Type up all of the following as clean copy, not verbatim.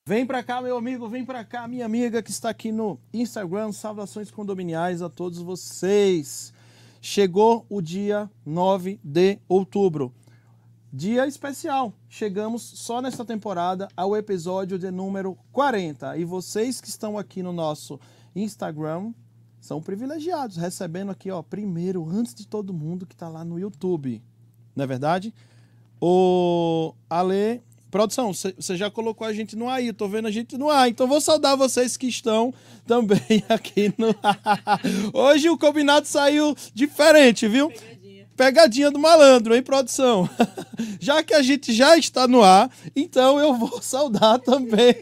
Vem pra cá, meu amigo, vem pra cá, minha amiga que está aqui no Instagram. Saudações condominiais a todos vocês. Chegou o dia 9 de outubro. Dia especial. Chegamos só nesta temporada ao episódio de número 40. E vocês que estão aqui no nosso Instagram são privilegiados, recebendo aqui, ó, primeiro, antes de todo mundo que está lá no YouTube. Não é verdade? O Ale... Produção, você já colocou a gente no ar aí, eu tô vendo a gente no ar, então vou saudar vocês que estão também aqui no ar. Hoje o combinado saiu diferente, viu? Pegadinha do malandro, hein, produção? Já que a gente já está no ar, então eu vou saudar também.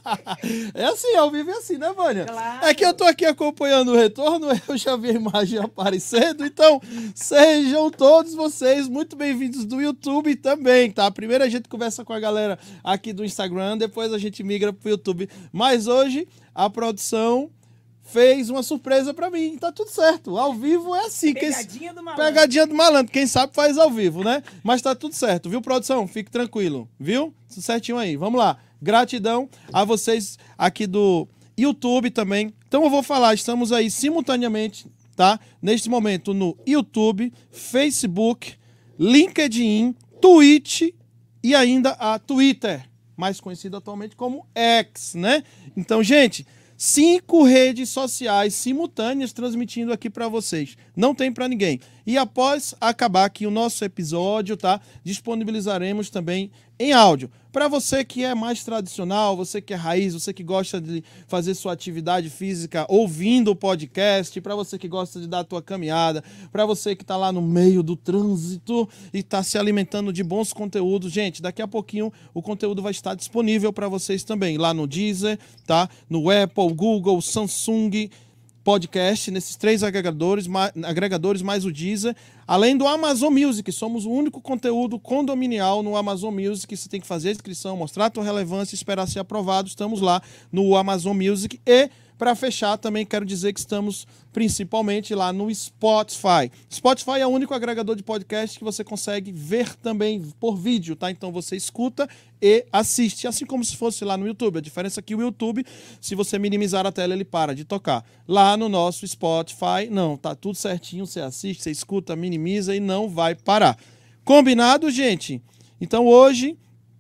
É assim, ao vivo é assim, né, Vânia? Claro. É que eu tô aqui acompanhando o retorno, eu já vi a imagem aparecendo, então sejam todos vocês muito bem-vindos do YouTube também, tá? Primeiro a gente conversa com a galera aqui do Instagram, depois a gente migra pro YouTube. Mas hoje a produção fez uma surpresa pra mim, tá tudo certo. Ao vivo é assim. Pegadinha do malandro. Pegadinha do malandro. Quem sabe faz ao vivo, né? Mas tá tudo certo, viu, produção? Fique tranquilo, viu? Tudo certinho aí. Vamos lá. Gratidão a vocês aqui do YouTube também. Então eu vou falar, estamos aí simultaneamente, tá? Neste momento no YouTube, Facebook, LinkedIn, Twitch e ainda a Twitter, mais conhecido atualmente como X, né? Então, gente, 5 redes sociais simultâneas transmitindo aqui para vocês. Não tem para ninguém. E após acabar aqui o nosso episódio, tá? Disponibilizaremos também em áudio. Para você que é mais tradicional, você que é raiz, você que gosta de fazer sua atividade física ouvindo o podcast, para você que gosta de dar a tua caminhada, para você que está lá no meio do trânsito e está se alimentando de bons conteúdos, gente, daqui a pouquinho o conteúdo vai estar disponível para vocês também, lá no Deezer, tá? No Apple, Google, Samsung Podcast, nesses 3 agregadores mais o Deezer, além do Amazon Music. Somos o único conteúdo condominial no Amazon Music. Você tem que fazer a inscrição, mostrar a tua relevância, esperar ser aprovado. Estamos lá no Amazon Music. E, para fechar, também quero dizer que estamos principalmente lá no Spotify. Spotify é o único agregador de podcast que você consegue ver também por vídeo, tá? Então você escuta e assiste, assim como se fosse lá no YouTube. A diferença é que o YouTube, se você minimizar a tela, ele para de tocar. Lá no nosso Spotify, não, tá tudo certinho, você assiste, você escuta, minimiza e não vai parar. Combinado, gente? Então hoje,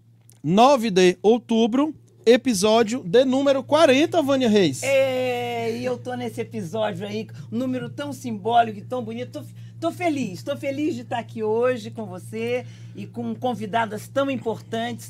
9 de outubro, episódio de número 40, Vânia Reis. E eu tô nesse episódio aí, um número tão simbólico e tão bonito. Tô feliz de estar aqui hoje com você e com convidadas tão importantes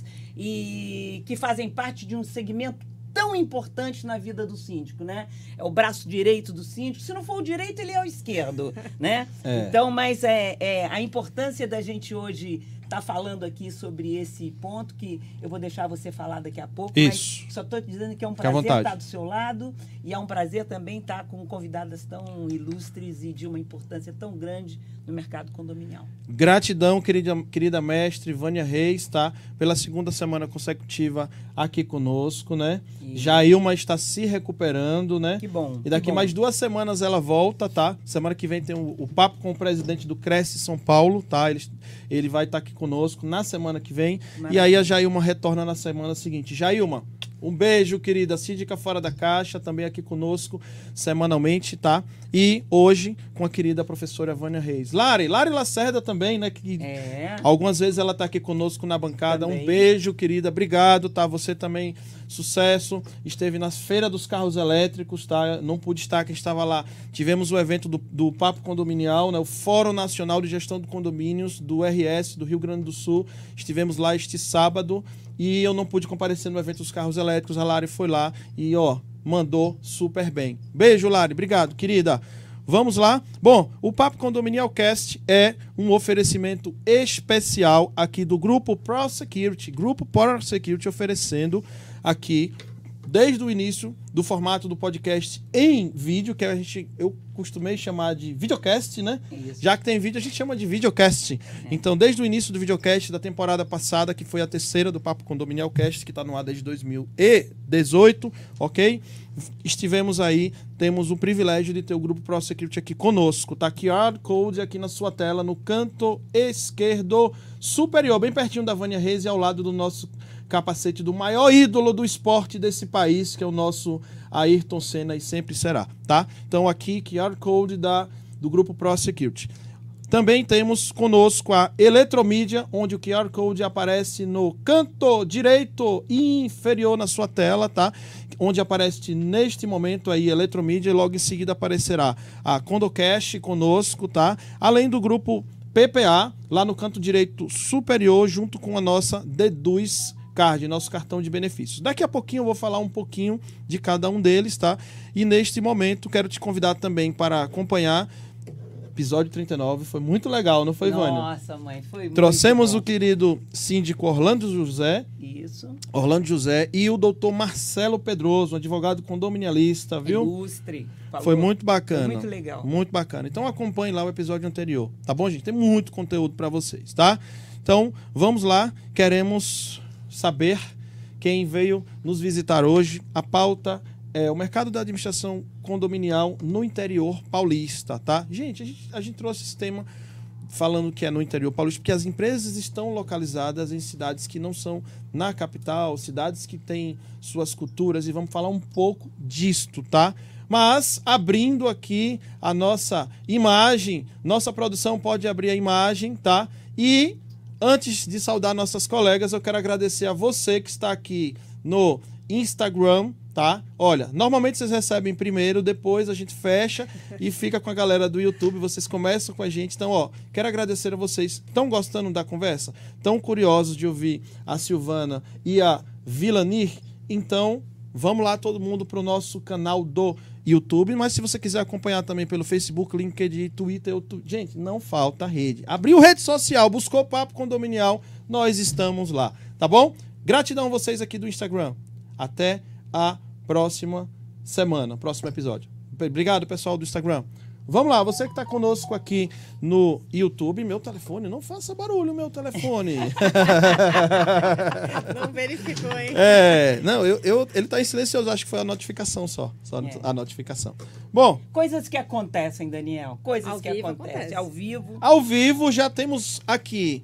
e que fazem parte de um segmento tão importante na vida do síndico, né? É o braço direito do síndico. Se não for o direito, ele é o esquerdo, né? Então, mas a importância da gente hoje tá falando aqui sobre esse ponto, que eu vou deixar você falar daqui a pouco. Isso. Mas só estou dizendo que é um prazer estar do seu lado e é um prazer também estar com convidadas tão ilustres e de uma importância tão grande no mercado condominial. Gratidão, querida mestre Vânia Reis, tá? Pela 2ª semana consecutiva aqui conosco, né? Isso. Jailma está se recuperando, né? Que bom. E daqui mais 2 semanas ela volta, tá? Semana que vem tem o papo com o presidente do Cresce São Paulo, tá? Ele vai estar aqui conosco na semana que vem. Maravilha. E aí a Jailma retorna na semana seguinte. Jailma, um beijo, querida. Síndica Fora da Caixa, também aqui conosco semanalmente, tá? E hoje com a querida professora Vânia Reis. Lari Lacerda também, né? Que algumas vezes ela tá aqui conosco na bancada. Também. Um beijo, querida. Obrigado, tá? Você também, sucesso. Esteve na Feira dos Carros Elétricos, tá? Não pude estar, quem estava lá. Tivemos o evento do Papo Condominial, né? O Fórum Nacional de Gestão de Condomínios do RS do Rio Grande do Sul. Estivemos lá este sábado e eu não pude comparecer no evento dos carros elétricos. A Lari foi lá e, ó, mandou super bem. Beijo, Lari. Obrigado, querida. Vamos lá? Bom, o Papo Condominial Cast é um oferecimento especial aqui do Grupo ProSecurity. Grupo ProSecurity oferecendo aqui, desde o início do formato do podcast em vídeo, que eu costumei chamar de videocast, né? Isso. Já que tem vídeo, a gente chama de videocast. Então, desde o início do videocast da temporada passada, que foi a 3ª do Papo Condominial Cast, que está no ar desde 2018, ok? Estivemos aí, temos o privilégio de ter o Grupo ProSecurity aqui conosco. Tá QR Code aqui na sua tela, no canto esquerdo superior, bem pertinho da Vânia Reis e ao lado do nosso capacete do maior ídolo do esporte desse país, que é o nosso Ayrton Senna, e sempre será, tá? Então aqui, QR Code do Grupo Pro Security. Também temos conosco a Eletromídia, onde o QR Code aparece no canto direito inferior na sua tela, tá? Onde aparece neste momento aí Eletromídia, e logo em seguida aparecerá a Condocash conosco, tá? Além do grupo PPA, lá no canto direito superior, junto com a nossa Deduz Card, nosso cartão de benefícios. Daqui a pouquinho eu vou falar um pouquinho de cada um deles, tá? E neste momento quero te convidar também para acompanhar episódio 39, foi muito legal, não foi, Vânia? Nossa, mãe, foi Trouxemos muito o querido síndico Orlando José. Isso. Orlando José e o doutor Marcelo Pedroso, um advogado condominialista, viu? Ilustre. Falou. Foi muito bacana. Foi muito legal. Muito bacana. Então acompanhe lá o episódio anterior, tá bom, gente? Tem muito conteúdo para vocês, tá? Então, vamos lá. Queremos saber quem veio nos visitar hoje. A pauta é o mercado da administração condominial no interior paulista, tá? Gente, a gente trouxe esse tema falando que é no interior paulista, porque as empresas estão localizadas em cidades que não são na capital, cidades que têm suas culturas, e vamos falar um pouco disto, tá? Mas, abrindo aqui a nossa imagem, nossa produção pode abrir a imagem, tá? E, antes de saudar nossas colegas, eu quero agradecer a você que está aqui no Instagram, tá? Olha, normalmente vocês recebem primeiro, depois a gente fecha e fica com a galera do YouTube, vocês começam com a gente. Então, ó, quero agradecer a vocês. Estão gostando da conversa? Estão curiosos de ouvir a Silvana e a Vilanir? Então, vamos lá todo mundo para o nosso canal do YouTube, mas se você quiser acompanhar também pelo Facebook, LinkedIn, Twitter, gente, não falta rede. Abriu rede social, buscou Papo Condominial, nós estamos lá, tá bom? Gratidão a vocês aqui do Instagram. Até a próxima semana, próximo episódio. Obrigado, pessoal do Instagram. Vamos lá, você que está conosco aqui no YouTube, meu telefone, não faça barulho, meu telefone. Não verificou, hein? Não, ele está em silencioso, acho que foi a notificação só a notificação. Bom. Coisas que acontecem, Daniel, coisas ao que acontecem ao vivo. Ao vivo já temos aqui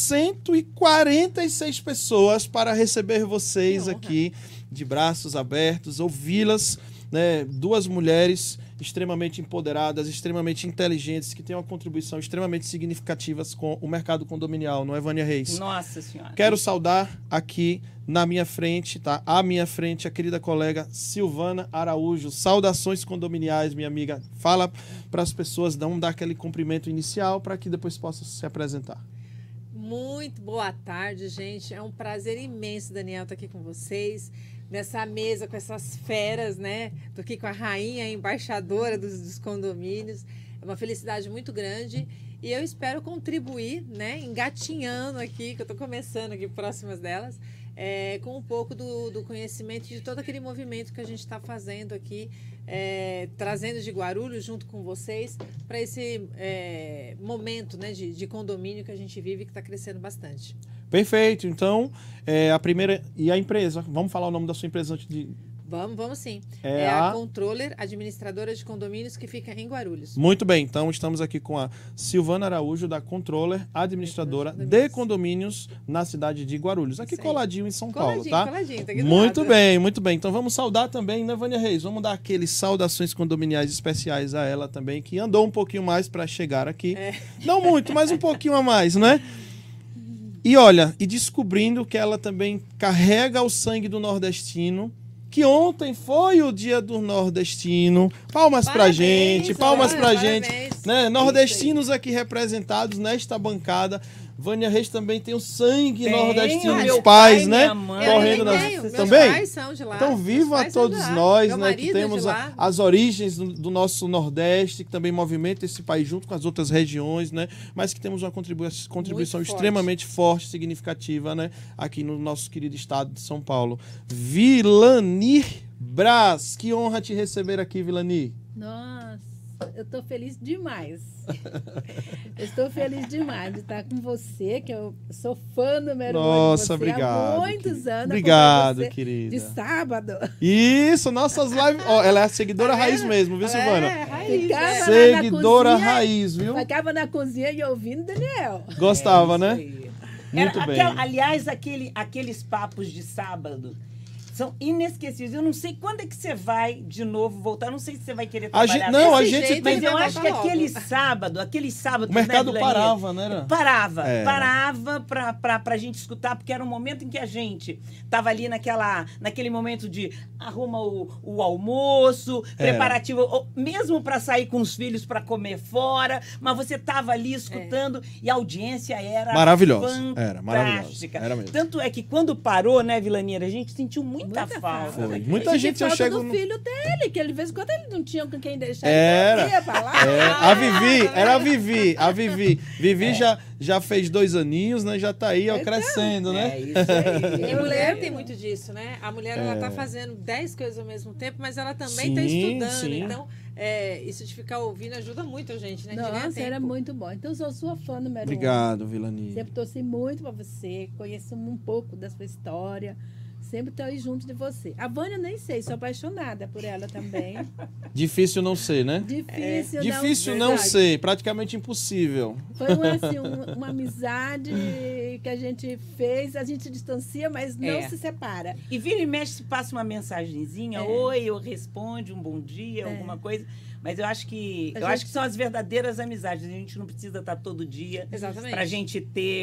146 pessoas para receber vocês aqui de braços abertos, ouvi-las, né? Duas mulheres extremamente empoderadas, extremamente inteligentes, que têm uma contribuição extremamente significativa com o mercado condominial, não é, Vânia Reis? Nossa Senhora. Quero saudar aqui na minha frente, tá? À minha frente, a querida colega Silvana Araújo. Saudações condominiais, minha amiga. Fala para as pessoas, dar aquele cumprimento inicial para que depois possa se apresentar. Muito boa tarde, gente. É um prazer imenso, Daniel, estar aqui com vocês, nessa mesa com essas feras, né? Estou aqui com a rainha, a embaixadora dos condomínios. É uma felicidade muito grande e eu espero contribuir, né? Engatinhando aqui, que eu estou começando aqui próximas delas, com um pouco do conhecimento de todo aquele movimento que a gente está fazendo aqui, trazendo de Guarulhos junto com vocês para esse momento, né, de condomínio que a gente vive, que está crescendo bastante. Perfeito. Então, a primeira... E a empresa? Vamos falar o nome da sua empresa antes de... Vamos sim. É a Controller, administradora de condomínios, que fica em Guarulhos. Muito bem. Então, estamos aqui com a Silvana Araújo, da Controller, administradora de condomínios na cidade de Guarulhos. Aqui coladinho em São Paulo, tá? Coladinho, tá aqui do muito lado. bem, muito bem. Então, vamos saudar também, né, Vânia Reis? Vamos dar aqueles saudações condominiais especiais a ela também, que andou um pouquinho mais para chegar aqui. Não muito, mas um pouquinho a mais, né? E olha, e descobrindo que ela também carrega o sangue do nordestino, que ontem foi o dia do nordestino. Palmas pra gente, palmas pra gente. Né? Nordestinos aqui representados nesta bancada. Vânia Reis também tem o sangue nordestino dos pais, né? Correndo nas... Também? Pais são de lá. Então, viva a todos nós, né? Que temos as origens do nosso Nordeste, que também movimenta esse país junto com as outras regiões, né? Mas que temos uma contribuição extremamente forte, significativa, né? Aqui no nosso querido estado de São Paulo. Vilanir Braz, que honra te receber aqui, Vilanir. Nossa, eu estou feliz demais. Eu estou feliz demais de estar com você, que eu sou fã número 1 de você obrigado, há muitos anos. Obrigado, querida. De sábado. Isso, nossas lives... Ó, ela é a seguidora raiz mesmo, viu, Silvana? Raiz, seguidora raiz, viu? Ficava na cozinha e ouvindo Daniel. Gostava, né? Muito bem. Aliás, aqueles papos de sábado são inesquecíveis. Eu não sei quando é que você vai de novo voltar. Eu não sei se você vai querer trabalhar. A Desse gente jeito, tem... Mas eu acho que aquele sábado... O mercado né, parava, né? Era? Parava pra gente escutar, porque era um momento em que a gente tava ali naquele momento de arruma o almoço, preparativo, mesmo para sair com os filhos para comer fora, mas você tava ali escutando e a audiência era maravilhosa. Era fantástica. Era mesmo. Tanto é que quando parou, né, Vilaneira, a gente sentiu muita falta. Foi. daquele- Muita gente falta chega do no... filho dele, que ele, de vez em quando ele não tinha com quem deixar. Era. Ele ia pra lá. A Vivi, era a Vivi. Vivi já fez 2 aninhos, né? Já tá aí, ó, crescendo, né? É isso aí. E Eu mulher lembro. tem muito disso, né? A mulher, ela tá fazendo 10 coisas ao mesmo tempo, mas ela também tá Sim, estudando. sim. Então, isso de ficar ouvindo ajuda muito a gente, né? De ganhar Nossa, era tempo. muito bom. Então, eu sou sua fã número 1. Obrigado, Vilani. Sempre torci muito pra você, conheço um pouco da sua história. Sempre estou aí junto de você. A Vânia nem sei, sou apaixonada por ela também. Difícil não ser, né? Difícil, Difícil não verdade. ser, praticamente impossível. Foi uma amizade que a gente fez, a gente distancia, mas não se separa. E vira e mexe, se passa uma mensagenzinha, oi, eu respondo, um bom dia, alguma coisa. Mas eu acho que são as verdadeiras amizades. A gente não precisa estar todo dia. Exatamente. Pra gente ter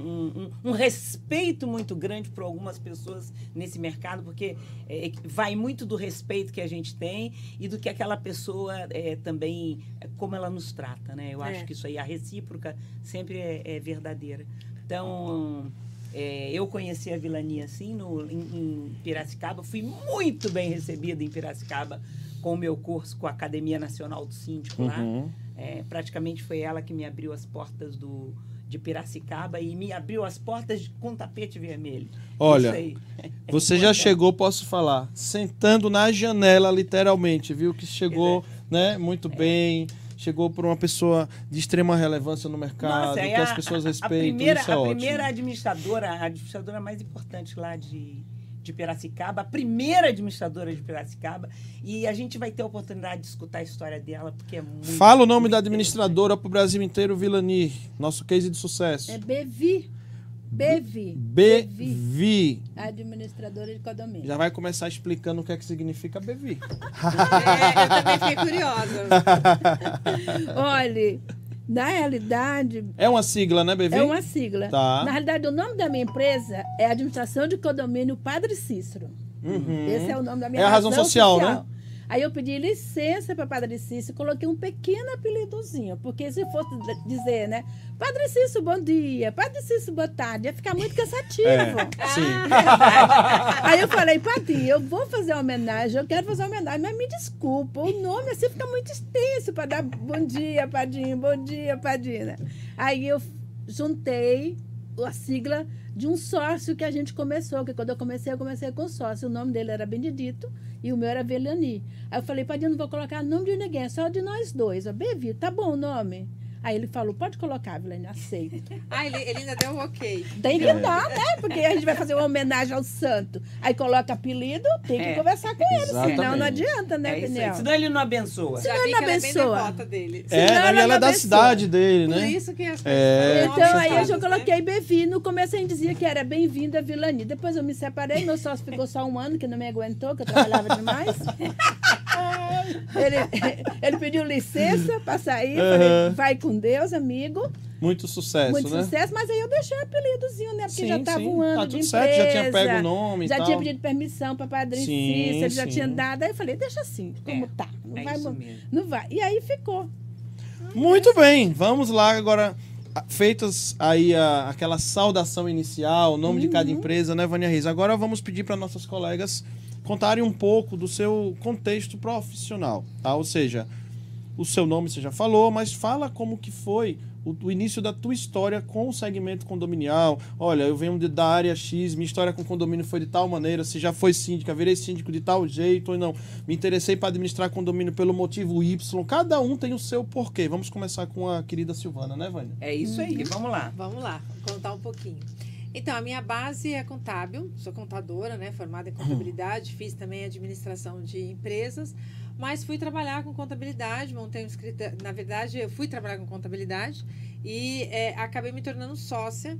um respeito muito grande por algumas pessoas nesse mercado, porque vai muito do respeito que a gente tem e do que aquela pessoa também, como ela nos trata, né? Eu acho que isso aí, a recíproca sempre é verdadeira. Então, eu conheci a Vilania assim, em Piracicaba, fui muito bem recebida em Piracicaba com o meu curso com a Academia Nacional do Síndico lá. Praticamente foi ela que me abriu as portas de Piracicaba e me abriu as portas com tapete vermelho. Olha, Isso aí você já chegou, posso falar, sentando na janela, literalmente, viu? Que chegou, né, muito bem, chegou por uma pessoa de extrema relevância no mercado, que as pessoas respeitam, isso é a ótimo. primeira administradora mais importante lá de Piracicaba, a primeira administradora de Piracicaba, e a gente vai ter a oportunidade de escutar a história dela, porque é muito... Fala o nome da administradora pro Brasil inteiro, Vilani, nosso case de sucesso. É Bevi. Bevi. Bevi. Administradora de condomínio. Já vai começar explicando o que é que significa Bevi. Eu também fiquei curiosa. Olha, na realidade, É uma sigla, né, Bevi? é uma sigla. Tá. Na realidade, o nome da minha empresa é Administração de Condomínio Padre Cícero. Uhum. Esse é o nome da minha É a razão social, né? Aí eu pedi licença para Padre Cícero, coloquei um pequeno apelidozinho, porque se fosse dizer, né? Padre Cícero, bom dia. Padre Cícero, boa tarde. Ia ficar muito cansativo. Sim. Aí eu falei, Padre, eu vou fazer uma homenagem, eu quero fazer uma homenagem, mas me desculpa, o nome assim fica muito extenso para dar bom dia, Padinho, bom dia, Padinho. Né? Aí eu juntei a sigla de um sócio que a gente começou, que quando eu comecei com sócio. O nome dele era Benedito e o meu era Velani. Aí eu falei, Padinho, não vou colocar nome de ninguém, é só de nós dois. Eu, Bevi, tá bom o nome? Aí ele falou, pode colocar, Vilane, aceito. Ele ainda deu um ok. Tem que dar, né? Porque a gente vai fazer uma homenagem ao santo. Aí coloca apelido, tem que conversar com ele, Exatamente. senão não adianta, né, isso aí. Peniel? Senão ele não abençoa. Senão Já vi ele que ela é bem abençoa. devota dele. Senão E ela ela é não da abençoa. cidade dele, Por né? isso que as coisas Então, são aí eu já nomes coloquei né? Bevi. No começo a gente dizia que era bem-vinda Vilani. Depois eu me separei, meu sócio ficou só um ano, que não me aguentou, que eu trabalhava demais. Ele pediu licença para sair, falei, vai com Deus, amigo. Muito sucesso, Muito né? sucesso, mas aí eu deixei o apelidozinho, né? Porque já estava um ano Tá de tudo empresa. certo, já tinha pego o nome e já tal. tinha pedido permissão para Padrinho Sim, Cícero, ele já sim. tinha dado. Aí eu falei, deixa assim, como tá. Não É vai, isso mesmo. não vai. E aí ficou. Muito bem, vamos lá agora. Feitas aí aquela saudação inicial, o nome de cada empresa, né, Vânia Reis? Agora vamos pedir para nossas colegas contarem um pouco do seu contexto profissional, tá? Ou seja, o seu nome você já falou, mas fala como que foi o início da tua história com o segmento condominial. Olha, eu venho da área X, minha história com condomínio foi de tal maneira, se já foi síndica, virei síndico de tal jeito, ou não, me interessei para administrar condomínio pelo motivo Y. Cada um tem o seu porquê. Vamos começar com a querida Silvana, né, Vânia? É isso aí, vamos lá. Vamos lá, vou contar um pouquinho. Então, a minha base é contábil, sou contadora, né, formada em contabilidade, fiz também administração de empresas, mas fui trabalhar com contabilidade, montei um escritório, na verdade, eu fui trabalhar com contabilidade e acabei me tornando sócia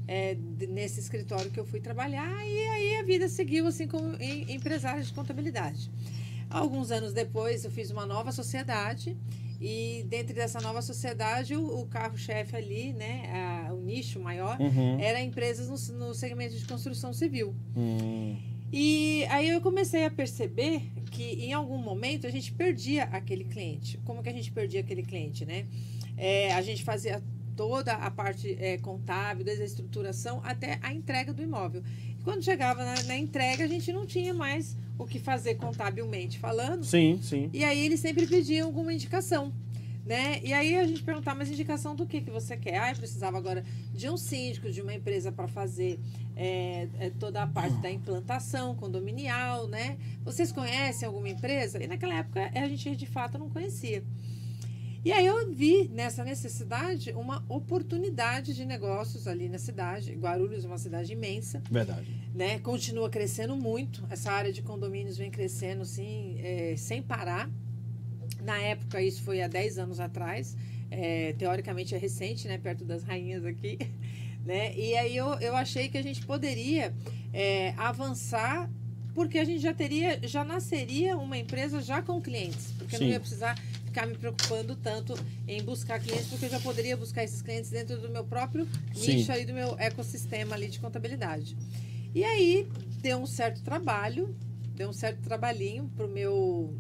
nesse escritório que eu fui trabalhar, e aí a vida seguiu assim como empresária de contabilidade. Alguns anos depois, eu fiz uma nova sociedade, e dentro dessa nova sociedade, o carro-chefe ali, né, o nicho maior, era empresas no segmento de construção civil. E aí eu comecei a perceber que em algum momento a gente perdia aquele cliente. Como que a gente perdia aquele cliente, né? A gente fazia toda a parte contábil, desde a estruturação até a entrega do imóvel. E quando chegava na entrega, a gente não tinha mais o que fazer contabilmente falando. Sim, sim. E aí eles sempre pediam alguma indicação, né? E aí a gente perguntava, mas indicação do que você quer? Eu precisava agora de um síndico, de uma empresa para fazer toda a parte da implantação condominial, né? Vocês conhecem alguma empresa? E naquela época a gente de fato não conhecia. E aí eu vi nessa necessidade uma oportunidade de negócios ali na cidade. Guarulhos é uma cidade imensa. Verdade. Né? Continua crescendo muito. Essa área de condomínios vem crescendo assim, sem parar. Na época, isso foi há 10 anos atrás. Teoricamente é recente, né? Perto das rainhas aqui. Né? E aí eu achei que a gente poderia avançar, porque a gente já nasceria uma empresa já com clientes. Porque Sim. não ia precisar ficar me preocupando tanto em buscar clientes, porque eu já poderia buscar esses clientes dentro do meu próprio nicho aí, do meu ecossistema ali de contabilidade. E aí deu um certo trabalhinho pro meu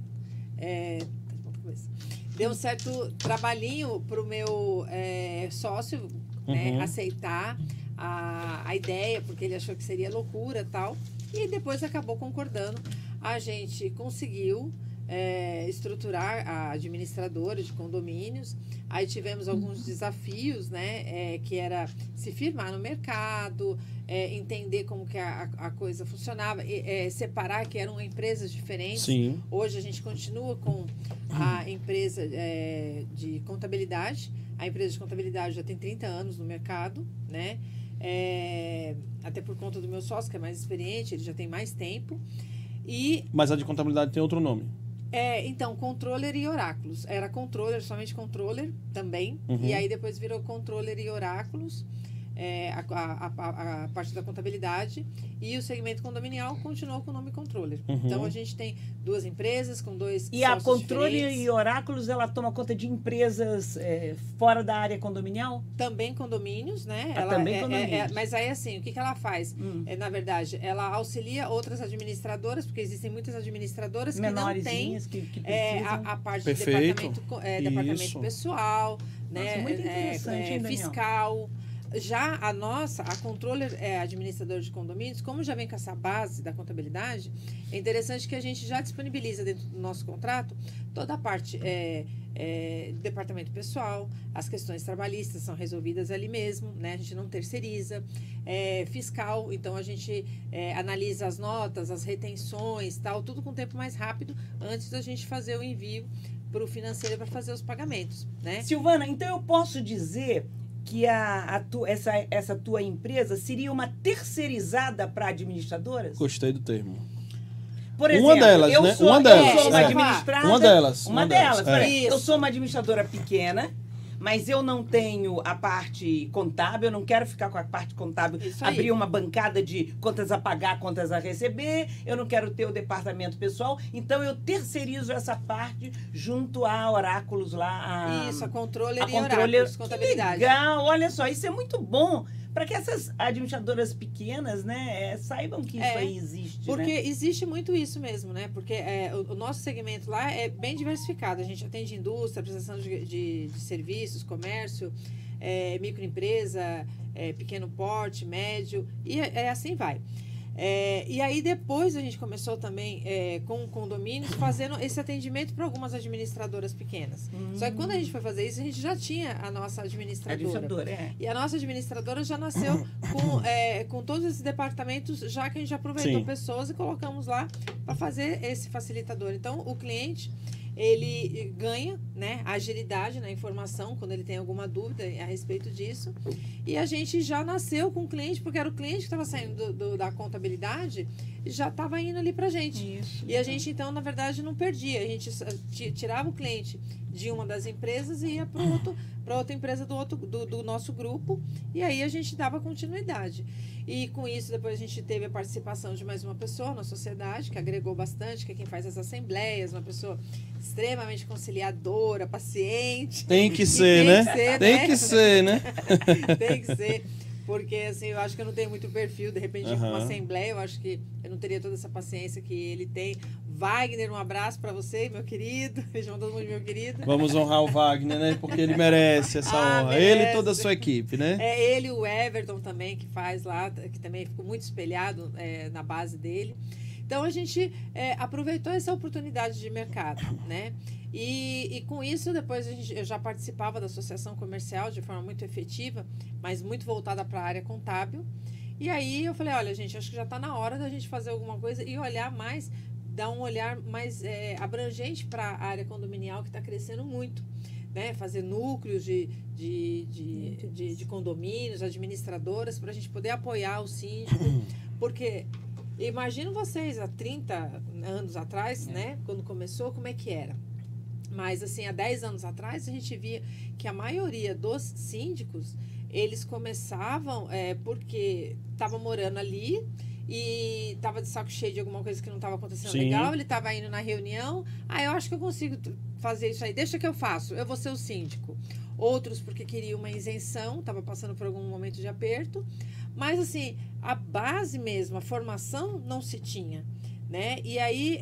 sócio né, aceitar a ideia, porque ele achou que seria loucura e tal, e depois acabou concordando. A gente conseguiu estruturar a administradora de condomínios. Aí tivemos alguns desafios, né? Que era se firmar no mercado, entender como que a coisa funcionava, separar que eram empresas diferentes. Sim. Hoje a gente continua com a empresa de contabilidade. A empresa de contabilidade já tem 30 anos no mercado, né? Até por conta do meu sócio, que é mais experiente, ele já tem mais tempo. Mas a de contabilidade tem outro nome. Então, controller e oráculos. Era controller, somente controller também. E aí depois virou controller e oráculos, a parte da contabilidade. E o segmento condominial continuou com o nome controller. Então, a gente tem duas empresas com dois E a sócios controle diferentes. e oráculos, ela toma conta de empresas fora da área condominial? Também condomínios, né? Também condomínios. Mas aí, assim, o que ela faz? Na verdade, ela auxilia outras administradoras, porque existem muitas administradoras que não têm que precisam. a parte Perfeito. de departamento pessoal, né? Nossa, muito interessante, hein, Daniel? Fiscal. Já a nossa, a controller administradora de condomínios, como já vem com essa base da contabilidade, é interessante que a gente já disponibiliza dentro do nosso contrato toda a parte departamento pessoal, as questões trabalhistas são resolvidas ali mesmo, né? A gente não terceiriza. Fiscal, então a gente analisa as notas, as retenções, tal, tudo com tempo mais rápido antes da gente fazer o envio para o financeiro para fazer os pagamentos, né? Silvana, então eu posso dizer que essa tua empresa seria uma terceirizada para administradoras? Gostei do termo. Por exemplo, Uma delas, eu né? sou, Uma delas, eu sou uma é. administrada. Uma delas. Uma delas. Por exemplo, Isso. eu sou uma administradora pequena, mas eu não tenho a parte contábil, eu não quero ficar com a parte contábil, Isso aí. abrir uma bancada de contas a pagar, contas a receber, eu não quero ter o departamento pessoal, então eu terceirizo essa parte junto a oráculos lá. Isso, a controller a e controller. oráculos, Que contabilidade. legal, olha só, isso é muito bom para que essas administradoras pequenas, né, saibam que isso aí existe, Porque né? existe muito isso mesmo, né? Porque o nosso segmento lá é bem diversificado. A gente atende indústria, prestação de serviços, comércio, microempresa, pequeno porte, médio, e assim vai. E aí depois a gente começou também com condomínios fazendo esse atendimento para algumas administradoras pequenas. Só que quando a gente foi fazer isso, a gente já tinha a nossa administradora. E a nossa administradora já nasceu com todos esses departamentos, já que a gente aproveitou Sim. pessoas e colocamos lá para fazer esse facilitador. Então, o cliente, ele ganha, né, agilidade na informação quando ele tem alguma dúvida a respeito disso. E a gente já nasceu com o cliente, porque era o cliente que estava saindo da contabilidade, já estava indo ali pra gente. Isso. E a gente, então, na verdade, não perdia. A gente tirava o cliente de uma das empresas e ia para outra empresa do nosso grupo. E aí a gente dava continuidade. E com isso, depois a gente teve a participação de mais uma pessoa na sociedade, que agregou bastante, que é quem faz as assembleias, uma pessoa extremamente conciliadora, paciente. Tem que ser, né? Tem que ser, né? Tem que ser. Porque, assim, eu acho que eu não tenho muito perfil, de repente, com uma assembleia, eu acho que eu não teria toda essa paciência que ele tem. Wagner, um abraço para você, meu querido. Beijão todo mundo, meu querido. Vamos honrar o Wagner, né? Porque ele merece essa honra. Merece. Ele e toda a sua equipe, né? É ele e o Everton também, que faz lá, que também ficou muito espelhado na base dele. Então, a gente aproveitou essa oportunidade de mercado, né? E com isso, depois eu já participava da associação comercial de forma muito efetiva, mas muito voltada para a área contábil. E aí eu falei, olha, gente, acho que já está na hora da gente fazer alguma coisa e olhar mais, dar um olhar mais abrangente para a área condominial, que está crescendo muito. Né? Fazer núcleos de condomínios, administradoras, para a gente poder apoiar o síndico. Porque imagino vocês, há 30 anos atrás, né, quando começou, como é que era? Mas, assim, há 10 anos atrás, a gente via que a maioria dos síndicos, eles começavam porque estavam morando ali e estava de saco cheio de alguma coisa que não estava acontecendo legal, ele estava indo na reunião, eu acho que eu consigo fazer isso aí, deixa que eu faço, eu vou ser o síndico. Outros porque queriam uma isenção, estava passando por algum momento de aperto, mas, assim, a base mesmo, a formação não se tinha, né? E aí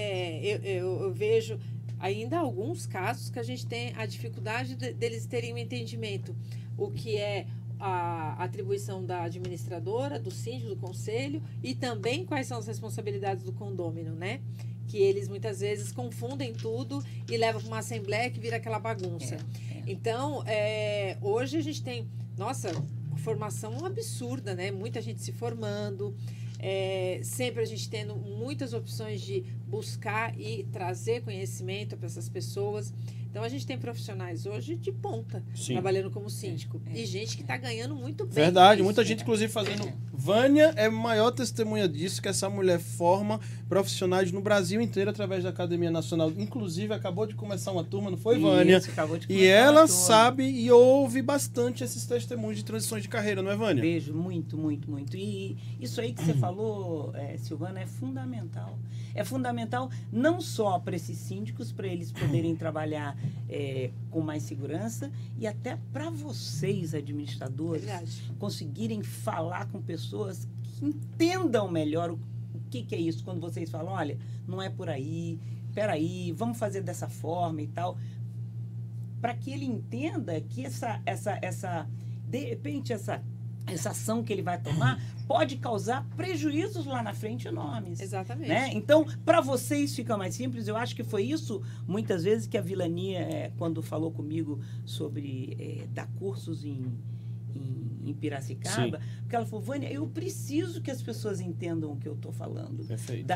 eu vejo ainda alguns casos que a gente tem a dificuldade deles terem um entendimento, o que é a atribuição da administradora, do síndico, do conselho, e também quais são as responsabilidades do condômino, né? Que eles muitas vezes confundem tudo e levam para uma assembleia que vira aquela bagunça. Então, hoje a gente tem, nossa, formação absurda, né? Muita gente se formando, sempre a gente tendo muitas opções de buscar e trazer conhecimento para essas pessoas. Então, a gente tem profissionais hoje de ponta, trabalhando como síndico. E gente que está ganhando muito bem. Verdade, muita gente, inclusive, fazendo... Vânia é a maior testemunha disso, que essa mulher forma profissionais no Brasil inteiro através da Academia Nacional. Inclusive, acabou de começar uma turma, não foi, Vânia? Isso, acabou de começar e ela sabe e ouve bastante esses testemunhos de transições de carreira, não é, Vânia? Vejo muito, muito, muito. E isso aí que você falou, Silvana, é fundamental. É fundamental não só para esses síndicos, para eles poderem trabalhar com mais segurança, e até para vocês, administradores, conseguirem falar com pessoas que entendam melhor o que é isso, quando vocês falam, olha, não é por aí, peraí, vamos fazer dessa forma e tal, para que ele entenda que de repente, essa ação que ele vai tomar pode causar prejuízos lá na frente enormes. Exatamente. Né? Então, para vocês fica mais simples. Eu acho que foi isso, muitas vezes, que a Vilania, quando falou comigo sobre dar cursos em Piracicaba, porque ela falou, Vânia, eu preciso que as pessoas entendam o que eu estou falando. Perfeito.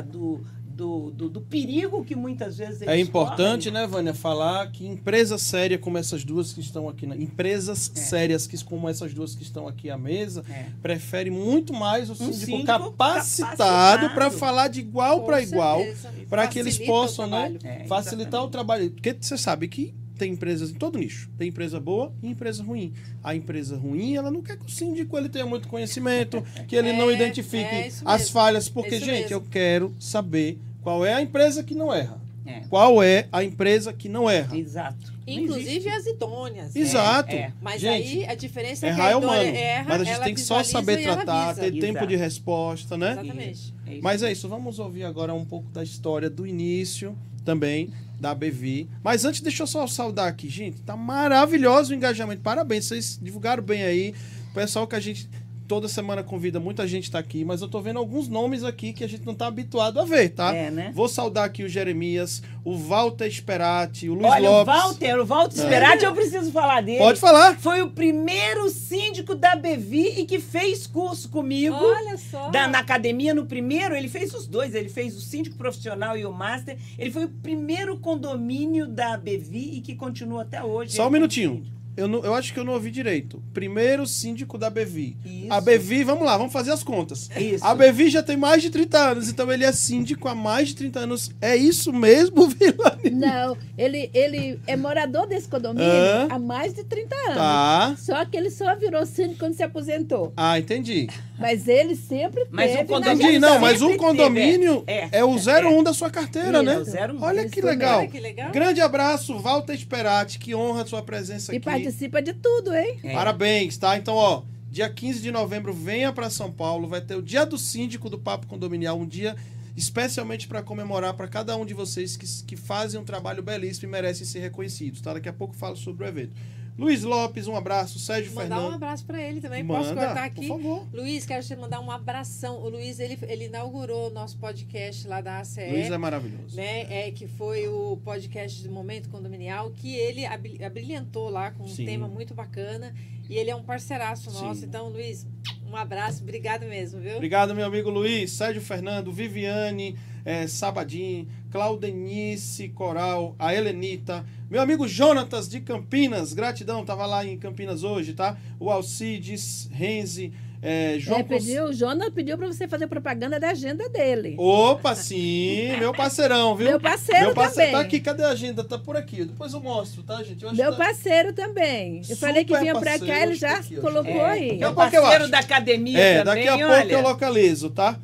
Do perigo que muitas vezes eles É importante, correm. né, Vânia, falar que empresa séria como essas duas que estão aqui, empresas sérias como essas duas que estão aqui à mesa, preferem muito mais o síndico capacitado para falar de igual para igual, para que eles possam, né, facilitar o trabalho. Porque você sabe que tem empresas em todo nicho. Tem empresa boa e empresa ruim. A empresa ruim, ela não quer que o síndico ele tenha muito conhecimento, que ele não identifique as falhas. Porque, gente, eu quero saber qual é a empresa que não erra. Qual é a empresa que não erra. Exato. Inclusive as idôneas. Exato. Mas gente, aí a diferença é que errar a é humano. idônea erra, Mas a gente tem que só saber tratar, ter tempo de resposta, né? Exatamente. Mas é isso, vamos ouvir agora um pouco da história do início também da BV. Mas antes, deixa eu só saudar aqui, gente. Tá maravilhoso o engajamento. Parabéns, vocês divulgaram bem aí. O pessoal que a gente toda semana convida, muita gente tá aqui, mas eu tô vendo alguns nomes aqui que a gente não tá habituado a ver, tá? Né? Vou saudar aqui o Jeremias, o Walter Sperati, o Luiz Lopes. O Walter Sperati, eu preciso falar dele. Pode falar. Foi o primeiro síndico da BV e que fez curso comigo. Olha só. Na academia, no primeiro, ele fez os dois. Ele fez o síndico profissional e o master. Ele foi o primeiro condomínio da BV e que continua até hoje. Só um minutinho. eu acho que eu não ouvi direito. Primeiro síndico da Bevi. Isso. A Bevi, vamos lá, vamos fazer as contas. Isso. A Bevi já tem mais de 30 anos, então ele é síndico há mais de 30 anos. É isso mesmo, Vilani? Não, ele é morador desse condomínio Hã? há mais de 30 anos. Tá. Só que ele só virou síndico quando se aposentou. Ah, entendi. Mas ele sempre Mas o teve na condomínio Entendi, não, mas o sempre condomínio teve, é o 01 da sua carteira, né? Isso. É o 01. Olha Isso que mesmo. legal. Olha que legal. Grande abraço, Walter Sperati, que honra a sua presença E aqui. participa de tudo, hein? É. Parabéns, tá? Então, ó, dia 15 de novembro, venha para São Paulo, vai ter o dia do síndico do Papo Condominial, um dia especialmente para comemorar para cada um de vocês que fazem um trabalho belíssimo e merecem ser reconhecidos, tá? Daqui a pouco eu falo sobre o evento. Luiz Lopes, um abraço. Sérgio Mandar um Fernando. abraço para ele também. Manda, Posso cortar aqui? por favor. Luiz, quero te mandar um abração. O Luiz, ele inaugurou o nosso podcast lá da ACE. Luiz é maravilhoso. Né, que foi o podcast do Momento Condominial, que ele abrilhantou lá com um Sim. tema muito bacana. E ele é um parceiraço nosso. Sim. Então, Luiz, um abraço. Obrigado mesmo, viu? Obrigado, meu amigo Luiz, Sérgio Fernando, Viviane, Sabadim, Claudenice Coral, a Helenita, meu amigo Jonatas de Campinas, gratidão, tava lá em Campinas hoje, tá? O Alcides, Renzi, João O Jonas pediu para você fazer propaganda da agenda dele. Opa, sim, meu parceirão, viu? Meu parceiro também. Tá aqui, cadê a agenda? Tá por aqui, depois eu mostro, tá, gente? Eu acho Meu que tá... parceiro também. Eu falei que Super vinha pra cá, parceiro, ele já acho que aqui, colocou ó. aí. Daqui a Meu pouco eu parceiro acho. da academia também, daqui a pouco eu localizo, tá?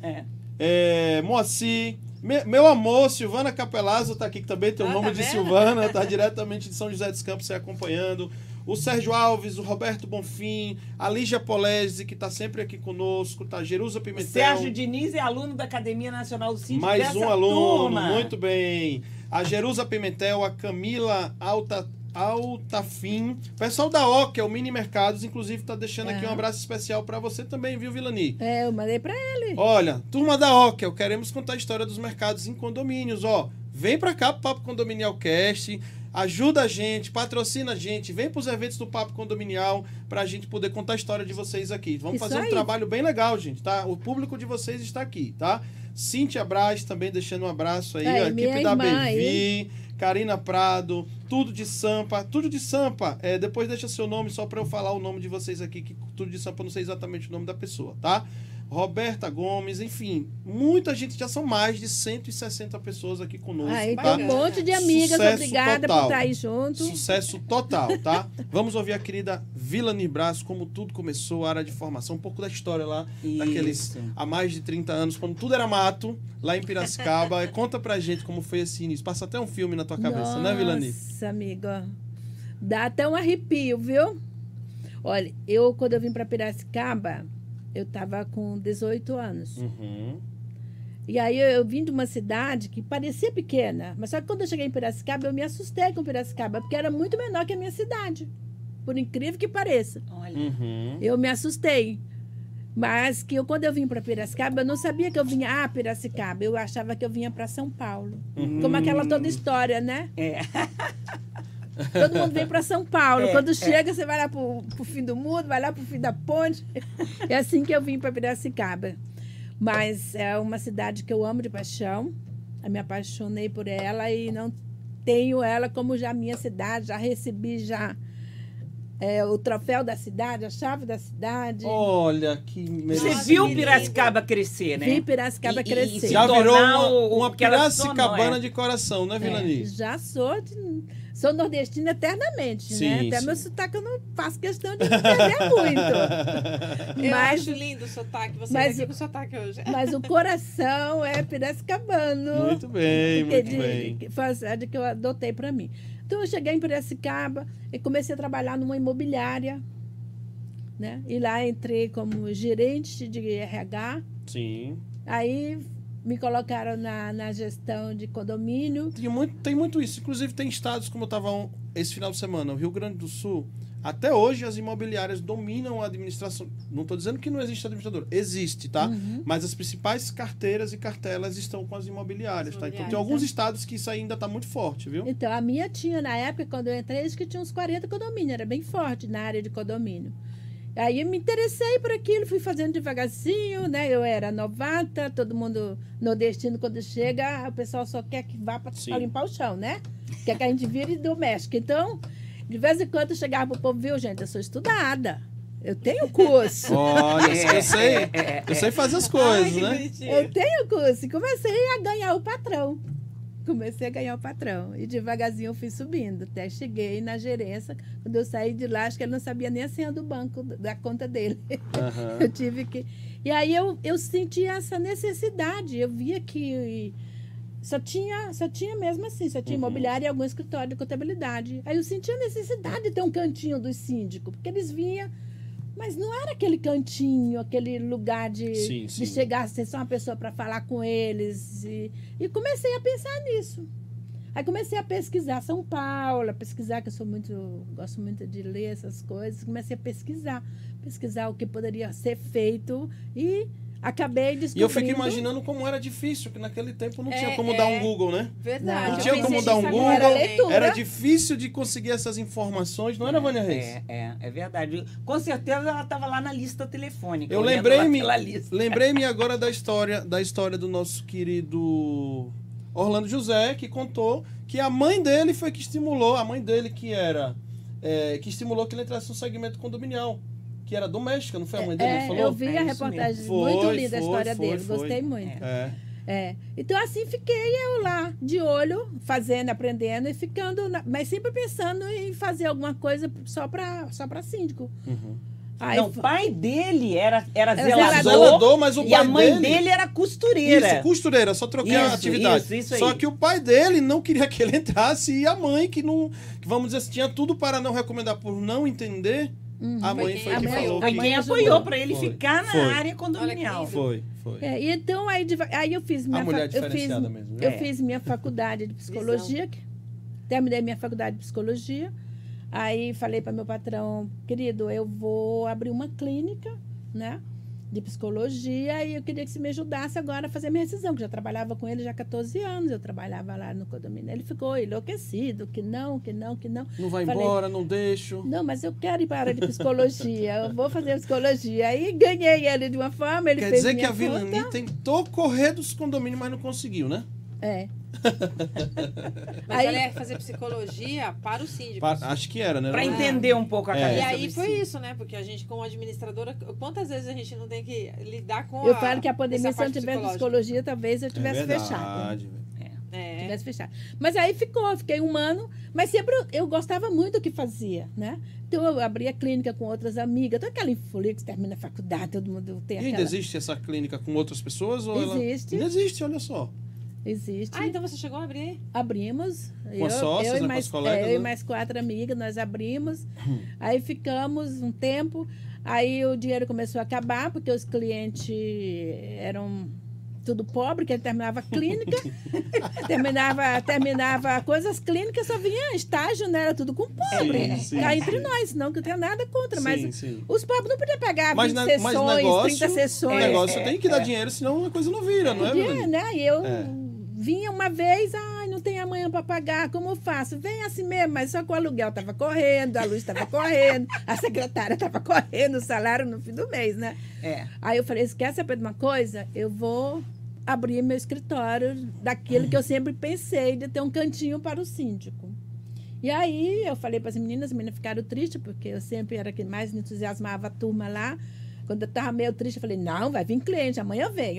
Moacir, meu amor, Silvana Capelazzo tá aqui, que também tem o nome tá de vendo? Silvana, tá diretamente de São José dos Campos, você acompanhando. O Sérgio Alves, o Roberto Bonfim, a Lígia Polese, que tá sempre aqui conosco, tá? Jerusa Pimentel. Sérgio Diniz é aluno da Academia Nacional do Síndico Mais dessa um aluno, turma. muito bem. A Jerusa Pimentel, a Camila Altafim. Pessoal da OCA, o Mini Mercados, inclusive, tá deixando aqui um abraço especial para você também, viu, Vilani? Eu mandei pra ele. Olha, turma da OCA, queremos contar a história dos mercados em condomínios, ó. Vem pra cá pro Papo Condominial Cast, ajuda a gente, patrocina a gente, vem pros eventos do Papo Condominial pra gente poder contar a história de vocês aqui. Vamos Isso fazer um aí. trabalho bem legal, gente, tá? O público de vocês está aqui, tá? Cíntia Braz também deixando um abraço aí, a minha equipe da irmã Bevi, Karina Prado, Tudo de Sampa. Depois deixa seu nome só pra eu falar o nome de vocês aqui, que Tudo de Sampa eu não sei exatamente o nome da pessoa, tá? Roberta Gomes, enfim, muita gente, já são mais de 160 pessoas aqui conosco, Aí tá? tem um monte de amigas, Sucesso obrigada total. por estar aí junto. Sucesso total, tá? Vamos ouvir a querida Vilani Braz, como tudo começou, a área de formação, um pouco da história lá, daqueles há mais de 30 anos, quando tudo era mato, lá em Piracicaba. Conta pra gente como foi esse início. Passa até um filme na tua cabeça, né, Vilani? Nossa, amiga. Dá até um arrepio, viu? Olha, quando eu vim para Piracicaba, eu estava com 18 anos. Uhum. E aí eu vim de uma cidade que parecia pequena, mas só que quando eu cheguei em Piracicaba, eu me assustei com Piracicaba, porque era muito menor que a minha cidade. Por incrível que pareça. Olha, Uhum. Eu me assustei. Mas quando eu vim para Piracicaba, eu não sabia que eu vinha a Piracicaba. Eu achava que eu vinha para São Paulo. Como aquela toda história, né? Todo mundo vem para São Paulo. Quando chega, você vai lá pro fim do mundo, vai lá pro fim da ponte. É assim que eu vim para Piracicaba. Mas é uma cidade que eu amo de paixão. Eu me apaixonei por ela e não tenho ela como já minha cidade. Já recebi o troféu da cidade, a chave da cidade. Olha que você merecido. viu Piracicaba crescer, né? Vi Piracicaba crescer. Já virou tornar uma o que ela se tornou, Piracicabana de coração, né, Vilani? Já sou nordestina eternamente, Sim, né? Até sim. meu sotaque eu não faço questão de não perder muito. Eu Mas, acho lindo o sotaque. Você mas- veio aqui com sotaque hoje. mas o coração é piracicabano. Muito bem, Porque muito bem. Foi a cidade que eu adotei para mim. Então, eu cheguei em Piracicaba e comecei a trabalhar numa imobiliária, né? E lá entrei como gerente de RH. Sim. Aí me colocaram na gestão de condomínio. Tem muito isso. Inclusive, tem estados, como eu estava esse final de semana, o Rio Grande do Sul. Até hoje, as imobiliárias dominam a administração. Não estou dizendo que não existe administrador. Existe, tá? Mas as principais carteiras e cartelas estão com as imobiliárias, tá? Então, tem alguns estados que isso ainda está muito forte, viu? Então, a minha tinha, na época, quando eu entrei, acho que tinha uns 40 condomínios. Era bem forte na área de condomínio. Aí eu me interessei por aquilo, fui fazendo devagarzinho, né? Eu era novata, todo mundo nordestino, quando chega, o pessoal só quer que vá para Sim. limpar o chão, né? Quer que a gente vire doméstica. Então, De vez em quando eu chegava pro povo, viu, gente, eu sou estudada. Eu tenho curso. Olha, eu sei fazer as coisas, né? Eu tenho curso. E comecei a ganhar o patrão. E devagarzinho eu fui subindo. Até cheguei na gerência. Quando eu saí de lá, acho que ele não sabia nem a senha do banco, da conta dele. Uhum. Eu tive que... E aí eu senti essa necessidade. Eu via que só tinha mesmo assim, só tinha imobiliário e algum escritório de contabilidade. Aí eu senti a necessidade de ter um cantinho dos síndicos, porque eles vinham... Mas não era aquele cantinho, aquele lugar de chegar, ser só uma pessoa para falar com eles. E comecei a pensar nisso. Aí comecei a pesquisar São Paulo, que eu gosto muito de ler essas coisas. Comecei a pesquisar o que poderia ser feito e acabei descobrindo. E eu fico imaginando como era difícil, que naquele tempo não tinha como dar um Google, né? Verdade. Não tinha como dar um Google. Era difícil de conseguir essas informações, não era, Vânia Reis? É verdade. Com certeza ela estava lá na lista telefônica. Eu lembrei-me agora da história do nosso querido Orlando José, que contou que a mãe dele foi que estimulou, que estimulou que ele entrasse no segmento condominial. Que era doméstica, não foi a mãe dele que falou? Eu vi a reportagem, muito linda a história dele, gostei muito. Então, assim, fiquei eu lá, de olho, fazendo, aprendendo e ficando, mas sempre pensando em fazer alguma coisa só para síndico. Uhum. Aí, o pai dele era zelador, mas o pai a mãe dele era costureira. Isso, costureira, só troquei a atividade. Isso só que o pai dele não queria que ele entrasse e a mãe, que vamos dizer assim, tinha tudo para não recomendar por não entender. A mãe foi quem falou. Foi quem apoiou para ele ficar na área condominial. Foi. Então, aí eu fiz minha eu fiz minha faculdade de psicologia, terminei minha faculdade de psicologia. Aí falei para meu patrão, querido, eu vou abrir uma clínica, né, de psicologia e eu queria que você me ajudasse agora a fazer minha rescisão, que já trabalhava com ele já há 14 anos, eu trabalhava lá no condomínio. Ele ficou enlouquecido, que não. Não vai embora, não deixo. Não, mas eu quero ir para a área de psicologia, eu vou fazer psicologia. Aí ganhei ele de uma forma, ele Quer fez dizer que a conta. Vilani tentou correr dos condomínios, mas não conseguiu, né? Mas Aí, ela ia fazer psicologia para o síndico. Acho que era, né? Para entender um pouco a cabeça. E aí do foi síndico. isso, né? Porque a gente, como administradora, quantas vezes a gente não tem que lidar com eu falo que a pandemia, essa se eu não parte tivesse psicológica. psicologia, talvez eu tivesse fechado. Tivesse fechado. Mas aí fiquei um ano, mas sempre eu gostava muito do que fazia, né? Então eu abria clínica com outras amigas, toda aquela infolia que termina a faculdade, todo mundo tem E ainda existe essa clínica com outras pessoas? Ou Existe. Ainda existe, olha só. Existe. Então você chegou a abrir? Abrimos. Com as sócias, eu e né, mais, com as colegas, eu e né? mais 4 amigas, nós abrimos. Aí ficamos um tempo. Aí o dinheiro começou a acabar, porque os clientes eram tudo pobre, que ele terminava a clínica, terminava coisas clínicas, só vinha estágio, né? Era tudo com pobre. Cá entre nós, não que eu tenha nada contra, mas os pobres não podiam pegar 20 sessões, 30 sessões. O negócio tem que dar dinheiro, senão a coisa não vira, não é? Né? E eu vinha uma vez, não tem amanhã para pagar, como eu faço? Vem assim mesmo, mas só que o aluguel estava correndo, a luz estava correndo, a secretária estava correndo, o salário no fim do mês, né? Aí eu falei, quer saber de uma coisa? Eu vou abrir meu escritório daquilo que eu sempre pensei, de ter um cantinho para o síndico. E aí eu falei para as meninas ficaram tristes, porque eu sempre era quem mais entusiasmava a turma lá. Quando eu estava meio triste, eu falei, não, vai vir cliente, amanhã vem.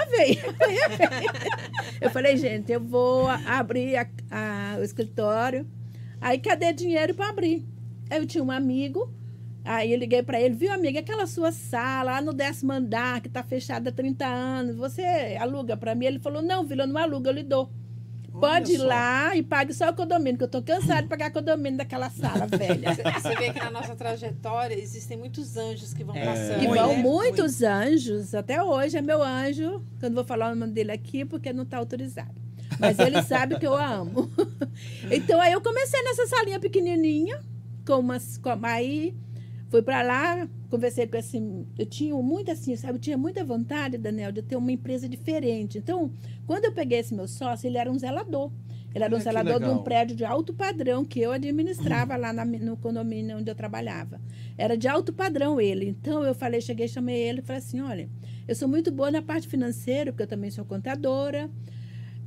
Eu falei, gente, eu vou abrir o escritório. Aí, cadê dinheiro para abrir? Aí eu tinha um amigo, aí eu liguei para ele, viu, amiga, aquela sua sala lá no 10º andar, que está fechada há 30 anos, você aluga para mim? Ele falou, não, Vila, eu não aluga, eu lhe dou. Pode ir lá e pague só o condomínio, que eu estou cansada de pagar condomínio daquela sala velha. Você vê que na nossa trajetória existem muitos anjos que vão passando. E vão muitos anjos, até hoje é meu anjo, que eu não vou falar o nome dele aqui porque não está autorizado. Mas ele sabe que eu amo. Então, aí eu comecei nessa salinha pequenininha, aí fui para lá, conversei com eu tinha muito assim, sabe, eu tinha muita vontade, Daniel, de ter uma empresa diferente. Então, quando eu peguei esse meu sócio, ele era um zelador. Ele era um zelador de um prédio de alto padrão que eu administrava lá no condomínio onde eu trabalhava. Era de alto padrão ele. Então, eu chamei ele e falei assim, olha, eu sou muito boa na parte financeira, porque eu também sou contadora.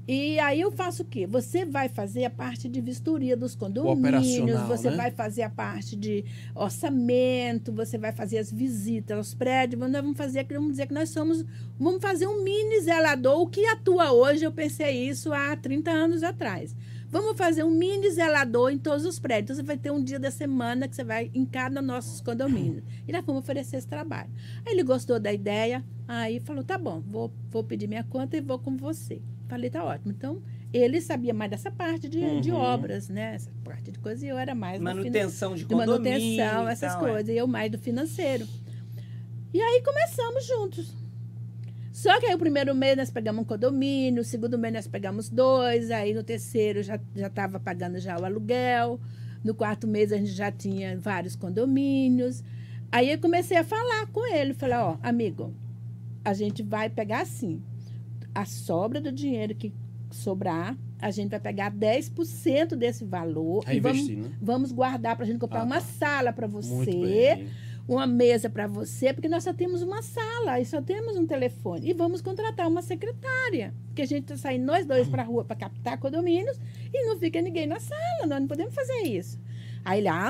E aí eu faço o quê? Você vai fazer a parte de vistoria dos condomínios, operacional, você né? vai fazer a parte de orçamento, você vai fazer as visitas aos prédios, nós vamos fazer, vamos dizer que vamos fazer um mini zelador, o que atua hoje, eu pensei isso há 30 anos atrás. Vamos fazer um mini zelador em todos os prédios. Então, você vai ter um dia da semana que você vai em cada nossos condomínios. E nós vamos oferecer esse trabalho. Aí ele gostou da ideia, aí falou, tá bom, vou pedir minha conta e vou com você. Falei, tá ótimo. Então, ele sabia mais dessa parte de obras, né? Essa parte de coisa, e eu era mais Manutenção de de condomínio. manutenção, essas coisas. E eu mais do financeiro. E aí começamos juntos. Só que aí o primeiro mês nós pegamos um condomínio, o segundo mês nós pegamos 2, aí no terceiro já estava pagando já o aluguel, no quarto mês a gente já tinha vários condomínios. Aí eu comecei a falar com ele, falei, ó, amigo, a gente vai pegar assim, a sobra do dinheiro que sobrar, a gente vai pegar 10% desse valor e vamos guardar para a gente comprar uma sala para você, uma mesa para você, porque nós só temos uma sala e só temos um telefone. E vamos contratar uma secretária, porque a gente está saindo nós dois para a rua para captar condomínios e não fica ninguém na sala, nós não podemos fazer isso. Aí ele,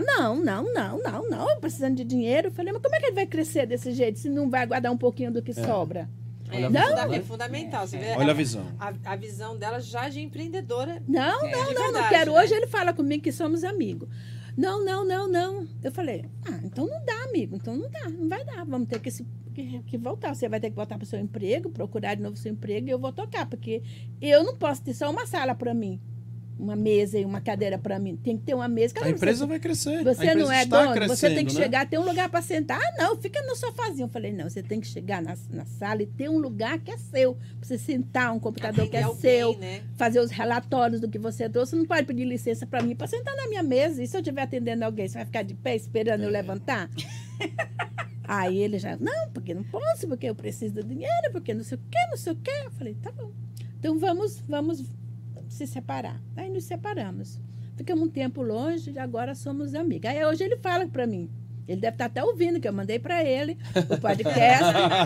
não, precisando de dinheiro. Eu falei, mas como é que ele vai crescer desse jeito se não vai guardar um pouquinho do que sobra? É fundamental. Você vê Olha a visão. A visão dela já de empreendedora. Não quero. Né? Hoje ele fala comigo que somos amigos. Não. Eu falei, então não dá, amigo. Então não vai dar. Vamos ter que voltar. Você vai ter que voltar para o seu emprego, procurar de novo o seu emprego e eu vou tocar, porque eu não posso ter só uma sala para mim. Uma mesa e uma cadeira para mim. Tem que ter uma mesa. A empresa vai crescer. Você não é dono, você tem que né? chegar, ter um lugar para sentar. Não, fica no sofazinho. Eu falei, não, você tem que chegar na sala e ter um lugar que é seu. Pra você sentar, um computador que é seu, né? fazer os relatórios do que você trouxe. Você não pode pedir licença para mim para sentar na minha mesa. E se eu estiver atendendo alguém, você vai ficar de pé esperando eu levantar? Aí ele já, não, porque não posso, porque eu preciso do dinheiro, porque não sei o quê. Eu falei, tá bom. Então vamos se separar. Aí nos separamos. Ficamos um tempo longe e agora somos amigas. Aí hoje ele fala para mim. Ele deve estar até ouvindo, que eu mandei para ele o podcast.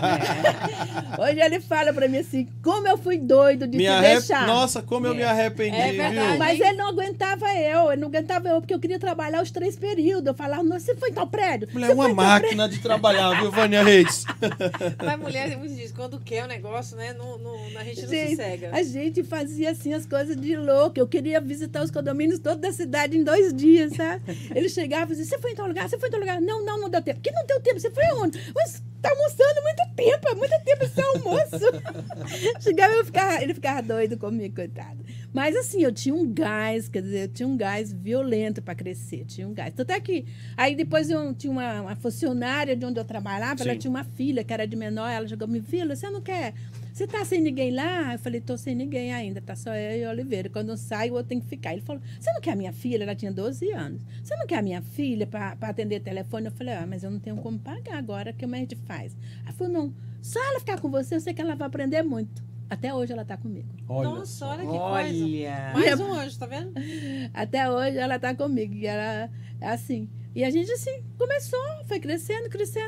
Hoje ele fala para mim assim, como eu fui doido de te deixar. Nossa, como eu me arrependi, viu? Mas ele não aguentava eu, porque eu queria trabalhar os 3 períodos. Eu falava, nossa, você foi em tal prédio? Mulher é uma máquina de trabalhar, viu, Vânia Reis? Mas mulher, tem muito disso, quando quer o negócio, né, a gente não sossega. A gente fazia assim as coisas de louco. Eu queria visitar os condomínios todos da cidade em 2 dias, sabe? Ele chegava e dizia, você foi em tal lugar? Você foi em tal lugar? Não deu tempo. Por que não deu tempo? Você foi aonde? Mas tá almoçando muito tempo esse almoço. Chegava ele ficava doido comigo, coitado. Mas assim, eu tinha um gás, quer dizer, eu tinha um gás violento para crescer, tinha um gás. Tanto é que, aí depois eu tinha uma funcionária de onde eu trabalhava, ela tinha uma filha que era de menor, ela chegou me filha, você não quer... Você tá sem ninguém lá? Eu falei, tô sem ninguém ainda, tá só eu e Oliveira. Quando eu saio, eu tenho que ficar. Ele falou, você não quer a minha filha? Ela tinha 12 anos. Você não quer a minha filha para atender telefone? Eu falei, mas eu não tenho como pagar agora, o que a gente faz? Ela falou, não, só ela ficar com você, eu sei que ela vai aprender muito. Até hoje ela tá comigo. Nossa, olha que coisa. Mais um anjo, tá vendo? Até hoje ela tá comigo. E ela é assim. E a gente assim, começou, foi crescendo.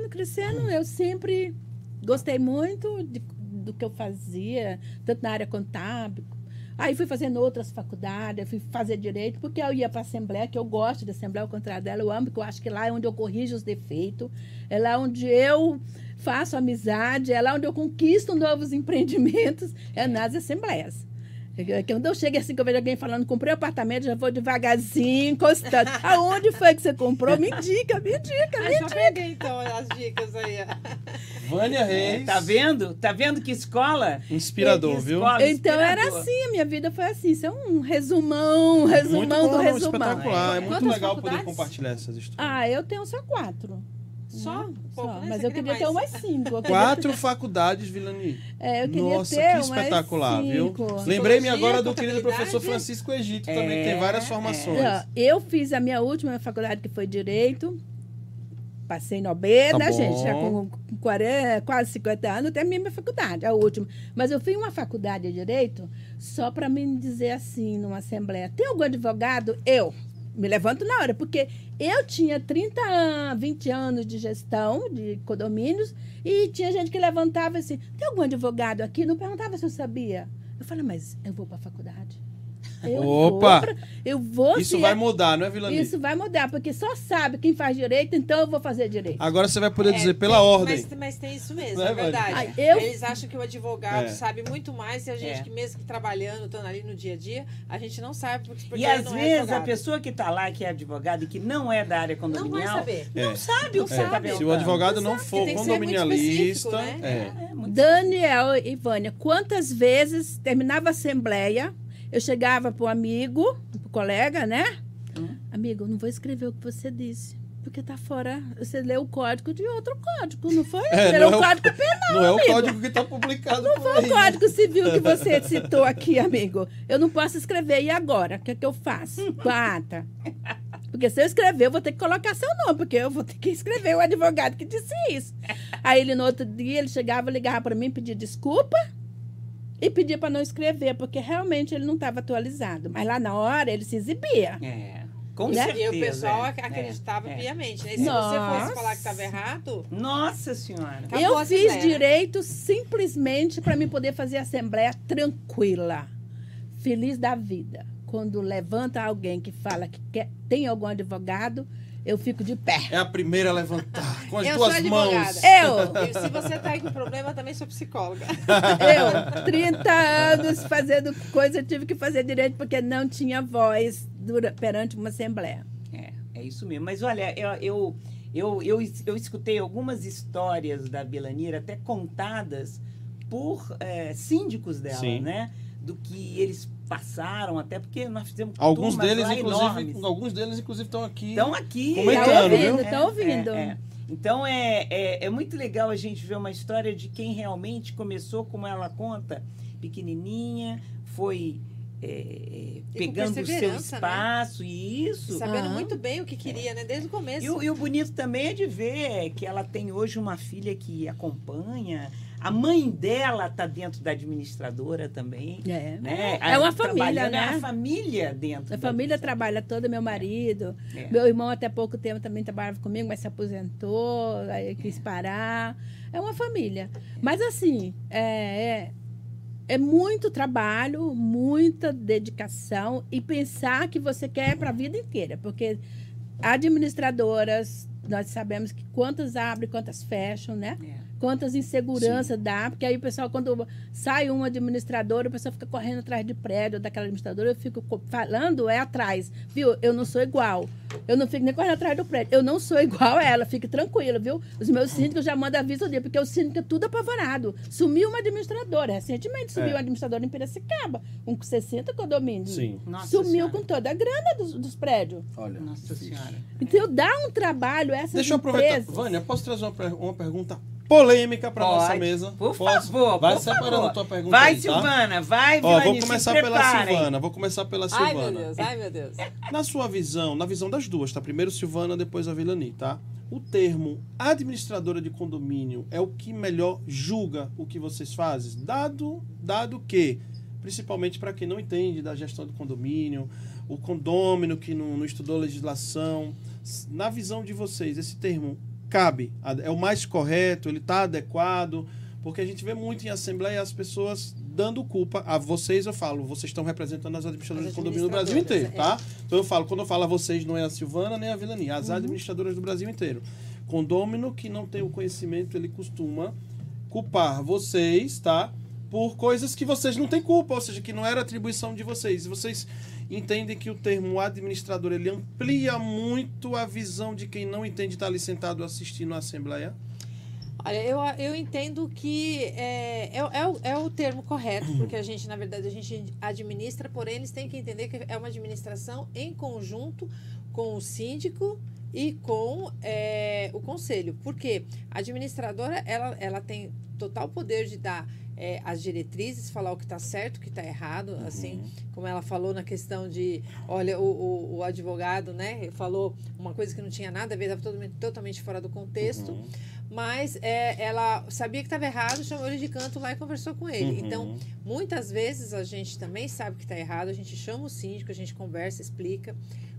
Eu sempre gostei muito do que eu fazia, tanto na área contábil. Aí fui fazendo outras faculdades, fui fazer direito, porque eu ia para a Assembleia, que eu gosto da Assembleia, ao contrário dela, eu amo, porque eu acho que lá é onde eu corrijo os defeitos, é lá onde eu faço amizade, é lá onde eu conquisto novos empreendimentos, é nas assembleias. Quando eu chego assim, que eu vejo alguém falando, comprei um apartamento, já vou devagarzinho, encostando. Aonde foi que você comprou? Me diga. Já peguei, então, as dicas aí. Vânia Reis. Tá vendo? Tá vendo que escola? Inspirador, viu? Então era assim, a minha vida foi assim. Isso é um resumão do resumão. Espetacular, é muito legal poder compartilhar essas histórias. Eu tenho só 4. Só? Mas eu queria ter umas 5. 4 faculdades, Vilani. Eu queria Nossa, ter que espetacular, viu? Lembrei-me agora do querido professor Francisco Egito também, que tem várias formações. Eu fiz a minha última faculdade, que foi Direito. Passei no OB, né, gente? Já com 40, quase 50 anos, terminei minha faculdade, a última. Mas eu fiz uma faculdade de Direito só para me dizer assim, numa assembleia, tem algum advogado? Eu me levanto na hora, porque eu tinha 20 anos de gestão de condomínios e tinha gente que levantava assim, tem algum advogado aqui? Não perguntava se eu sabia. Eu falei, mas eu vou para a faculdade. Opa! Eu vou Isso vai mudar, não é, Vilani? Isso vai mudar, porque só sabe quem faz direito, então eu vou fazer direito. Agora você vai poder dizer pela ordem. Mas tem isso mesmo, Não é, é verdade. Ai, Eles acham que o advogado É. sabe muito mais e a gente, que mesmo que trabalhando, estando ali no dia a dia, a gente não sabe porque E ele às não é vezes a advogado. pessoa que está lá, que é advogada e que não é da área Não vai condominial, saber. não sabe o que você está perguntando. Se o advogado não Porque for tem que ser muito condominialista, específico, né? É muito Daniel e Vânia, quantas vezes terminava a assembleia, eu chegava para o amigo, para o colega, né? Amigo, eu não vou escrever o que você disse, porque tá fora, você leu o código de outro código, não foi? Você leu não o é código penal, não é o amigo. código que está publicado por Foi aí. o Código Civil que você citou aqui, amigo. Eu não posso escrever. E agora? O que é que eu faço? Com a ata. Porque se eu escrever, eu vou ter que colocar seu nome, porque eu vou ter que escrever o advogado que disse isso. Aí ele, no outro dia, ele chegava, ligava para mim, pedia desculpa e pedia para não escrever, porque realmente ele não estava atualizado. Mas lá na hora, ele se exibia. Com Né? certeza. E o pessoal é. acreditava É. piamente, né? E se você Nossa. fosse falar que estava errado, Nossa Senhora. Acabou Eu a fiz assembleia, né? direito simplesmente para mim poder fazer a assembleia tranquila, feliz da vida. Quando levanta alguém que fala que tem algum advogado, eu fico de pé. É a primeira a levantar, com as eu duas sou mãos. advogada. Eu, E se você tá aí com problema, eu também sou psicóloga. 30 anos fazendo coisa, eu tive que fazer direito porque não tinha voz perante uma assembleia. É isso mesmo. Mas olha, eu escutei algumas histórias da Belanira, até contadas por síndicos dela, Sim. né? Do que eles passaram, até porque nós fizemos Alguns turmas deles, lá enormes. inclusive, estão aqui. Estão aqui. Comentando, viu? Estão ouvindo. Então, é muito legal a gente ver uma história de quem realmente começou, como ela conta, pequenininha, foi pegando o seu perseverança, espaço e isso. Sabendo muito bem o que queria, né? Desde o começo. E o bonito também é de ver que ela tem hoje uma filha que acompanha. A mãe dela está dentro da administradora também. Né? É uma família, Trabalhando, né? É uma família dentro. A da família administradora. trabalha toda, meu marido. É. Meu irmão até pouco tempo também trabalhava comigo, mas se aposentou, aí quis parar. É uma família. Mas assim, é muito trabalho, muita dedicação e pensar que você quer para a vida inteira. Porque administradoras, nós sabemos que quantas abrem, quantas fecham, né? Quantas inseguranças dá, porque aí o pessoal, quando sai um administrador, o pessoal fica correndo atrás de prédio daquela administradora, eu fico falando atrás, viu? Eu não sou igual. Eu não fico nem correndo atrás do prédio. Eu não sou igual a ela, fique tranquila, viu? Os meus síndicos já mandam aviso dia, porque o síndico é tudo apavorado. Sumiu uma administradora, recentemente sumiu uma administradora em Piracicaba, com 60 condomínios. Sim. Nossa Sumiu Senhora. com toda a grana dos prédios. Olha. Nossa Senhora. Então dá um trabalho essas Deixa eu aproveitar. empresas. Vânia, posso trazer uma pergunta polêmica para nossa Pode. mesa? Por Posso? favor, Vai por separando favor. a tua pergunta Vai, aí, tá? Silvana, vai, Ó, Vilani, vou começar se pela preparem. Silvana. Vou começar pela Ai, Silvana. meu Deus, ai, meu Deus. Na sua visão, na visão das duas, tá? Primeiro Silvana, depois a Vilani, tá? O termo administradora de condomínio é o que melhor julga o que vocês fazem? Dado que, principalmente para quem não entende da gestão do condomínio, o condômino que não estudou legislação, na visão de vocês, esse termo cabe? É o mais correto? Ele está adequado? Porque a gente vê muito em assembleia as pessoas dando culpa a vocês. Eu falo, vocês estão representando as administradoras de condomínio do Brasil inteiro, tá? Então eu falo, quando eu falo a vocês, não é a Silvana nem a Vilani, as administradoras do Brasil inteiro. Condômino que não tem o conhecimento, ele costuma culpar vocês, tá? Por coisas que vocês não têm culpa, ou seja, que não era atribuição de vocês. E vocês entendem que o termo administrador, ele amplia muito a visão de quem não entende estar ali sentado assistindo a assembleia? Olha, eu entendo que é o termo correto, porque a gente, na verdade, a gente administra, porém eles têm que entender que é uma administração em conjunto com o síndico e com o conselho. Porque a administradora, ela tem total poder de dar as diretrizes, falar o que está certo, o que está errado, assim, como ela falou na questão de, olha, o advogado, né, falou uma coisa que não tinha nada a ver, estava totalmente fora do contexto, mas ela sabia que estava errado, chamou ele de canto lá e conversou com ele. Então, muitas vezes a gente também sabe que está errado, a gente chama o síndico, a gente conversa, explica,